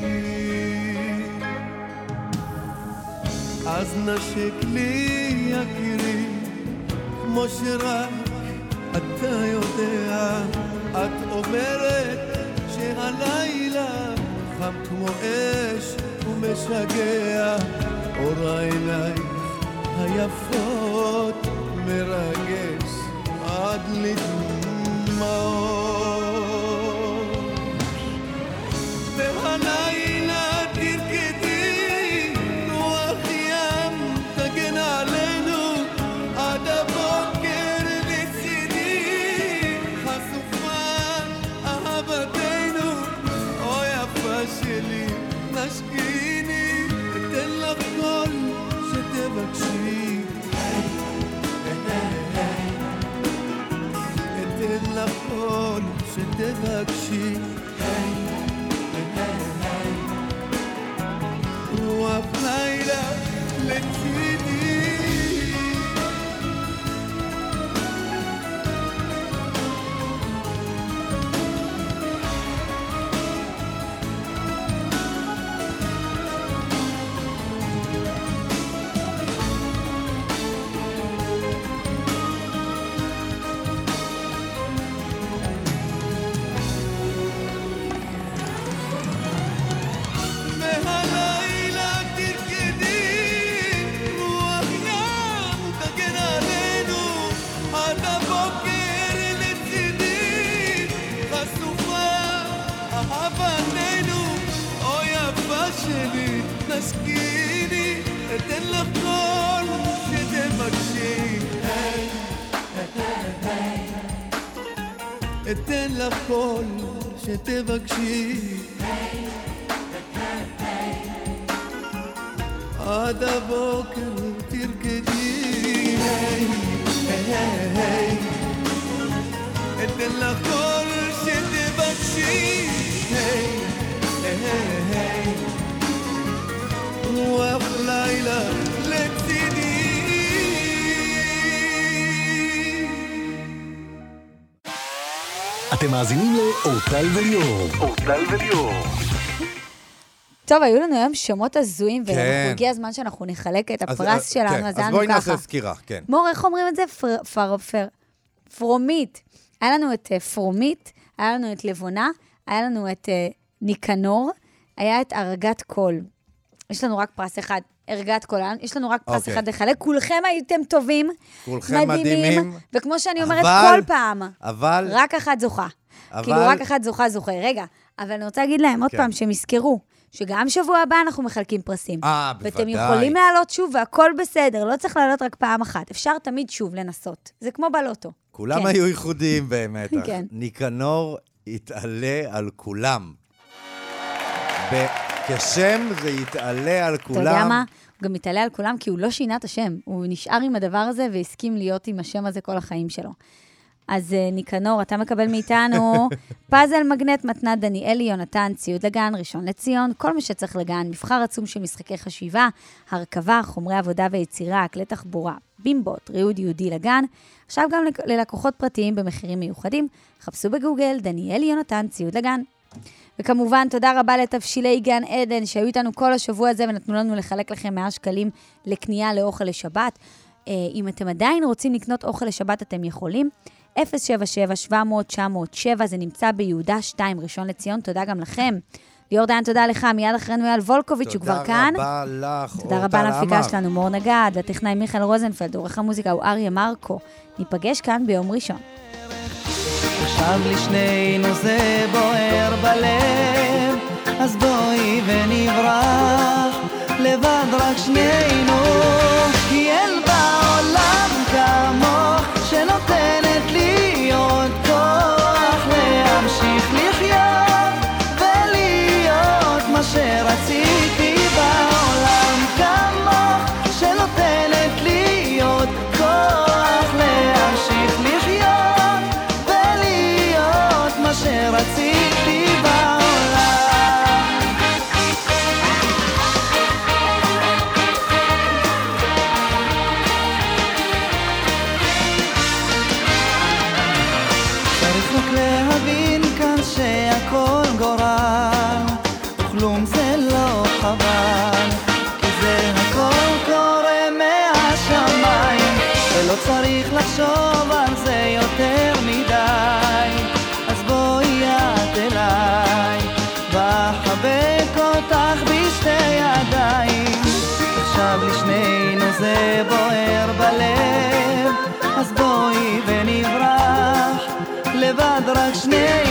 אז נשק לי יקירי, כמו שרק אתה יודע. את אומרת שהלילה חם כמו אש ומשגע, אור העיניים היפות מרגש עד לדמעות. והלילה תרקדי, רוח ים תגן עלינו, עד הבוקר לצידי, חשופה אהבתנו, או יפה שלי, נשקיני, אתן לך כל שתבקשי. אתן לך כל שתבקשי. רוח לילה לצידי. נשקיני, אתן לך כל שתבקשי. אתן לך כל שתבקשי. עד הבוקר תרקדי. אתן לך כל שתבקשי. רוח לילה לצידי. אתם מאזינים לאורטל וליאור. אורטל וליאור. טוב, היו לנו היום שמות הזויים, כן. והגיע הזמן שאנחנו נחלק את אז, הפרס כן, שלנו, אז זה אז לנו בואי ככה. נעשה סקירה, כן. מור, איך אומרים את זה? פר, פר, פר, פרומית. היה לנו את uh, פרומית, היה לנו את לבונה, היה לנו את uh, ניקנור, היה את הרגת קול. יש לנו רק פרס אחד, הרגת קול, יש לנו רק פרס אוקיי. אחד לחלק, כולכם הייתם טובים, כולכם מדהימים, וכמו שאני אומרת אבל- כל פעם, אבל... רק אחת זוכה. אבל- כאילו, רק אחת זוכה זוכה. רגע, אבל אני רוצה להגיד להם עוד כן. פעם, שהם יזכרו, שגם שבוע הבא אנחנו מחלקים פרסים. אה, ואתם בוודאי. יכולים לעלות שוב, והכל בסדר, לא צריך לעלות רק פעם אחת. אפשר תמיד שוב לנסות. זה כמו בלוטו. כולם כן. היו ייחודיים באמת. כן. ניקנור יתעלה על כולם. ב- כשם זה יתעלה על כולם. אתה יודע מה? הוא גם מתעלה על כולם, כי הוא לא שינה את השם. הוא נשאר עם הדבר הזה, והסכים להיות עם השם הזה כל החיים שלו. אז uh, ניקנור, אתה מקבל מאיתנו פאזל מגנט, מתנת דניאלי, יונתן, ציוד לגן, ראשון לציון, כל מה שצריך לגן, מבחר עצום של משחקי חשיבה, הרכבה, חומרי עבודה ויצירה, כלי תחבורה, בימבוט, ריהוד יהודי לגן, עכשיו גם ללקוחות פרטיים במחירים מיוחדים, חפשו בגוגל, דניאלי, יונתן, ציוד לגן. וכמובן, תודה רבה לתבשילי גן עדן, שהיו איתנו כל השבוע הזה, ונתנו לנו לחלק לכם מאה שקלים לקנייה לאוכל לשבת. אם אתם עדיין רוצים לקנות אוכל לשבת, אתם יכולים. אפס שבע שבע שבע מאות תשע מאות שבע, זה נמצא ביהודה שתיים, ראשון לציון. תודה גם לכם. ליאור דיין, תודה לך. מיד אחרינו אייל וולקוביץ', הוא כבר כאן. תודה רבה לך, תודה רבה להפיקה שלנו, מור נגד, לטכנאי מיכאל רוזנפלד, עורך המוזיקה הוא אריה מרקו. ניפגש כאן ביום ראשון. עכשיו לשנינו זה בוער בלב, אז בואי ונברח לבד רק שנינו, כי אין בעולם כמוך שנותנת לי עוד כוח להמשיך לחיות ולהיות מה שרציתי בעולם כמוך שנותנת לי עוד לא חבל, כי זה הכל קורה מהשמיים, ולא צריך לחשוב על זה יותר מדי. אז בואי את אליי, ואחבק אותך בשתי ידיים. עכשיו לשנינו זה בוער בלב, אז בואי ונברח לבד רק שנינו.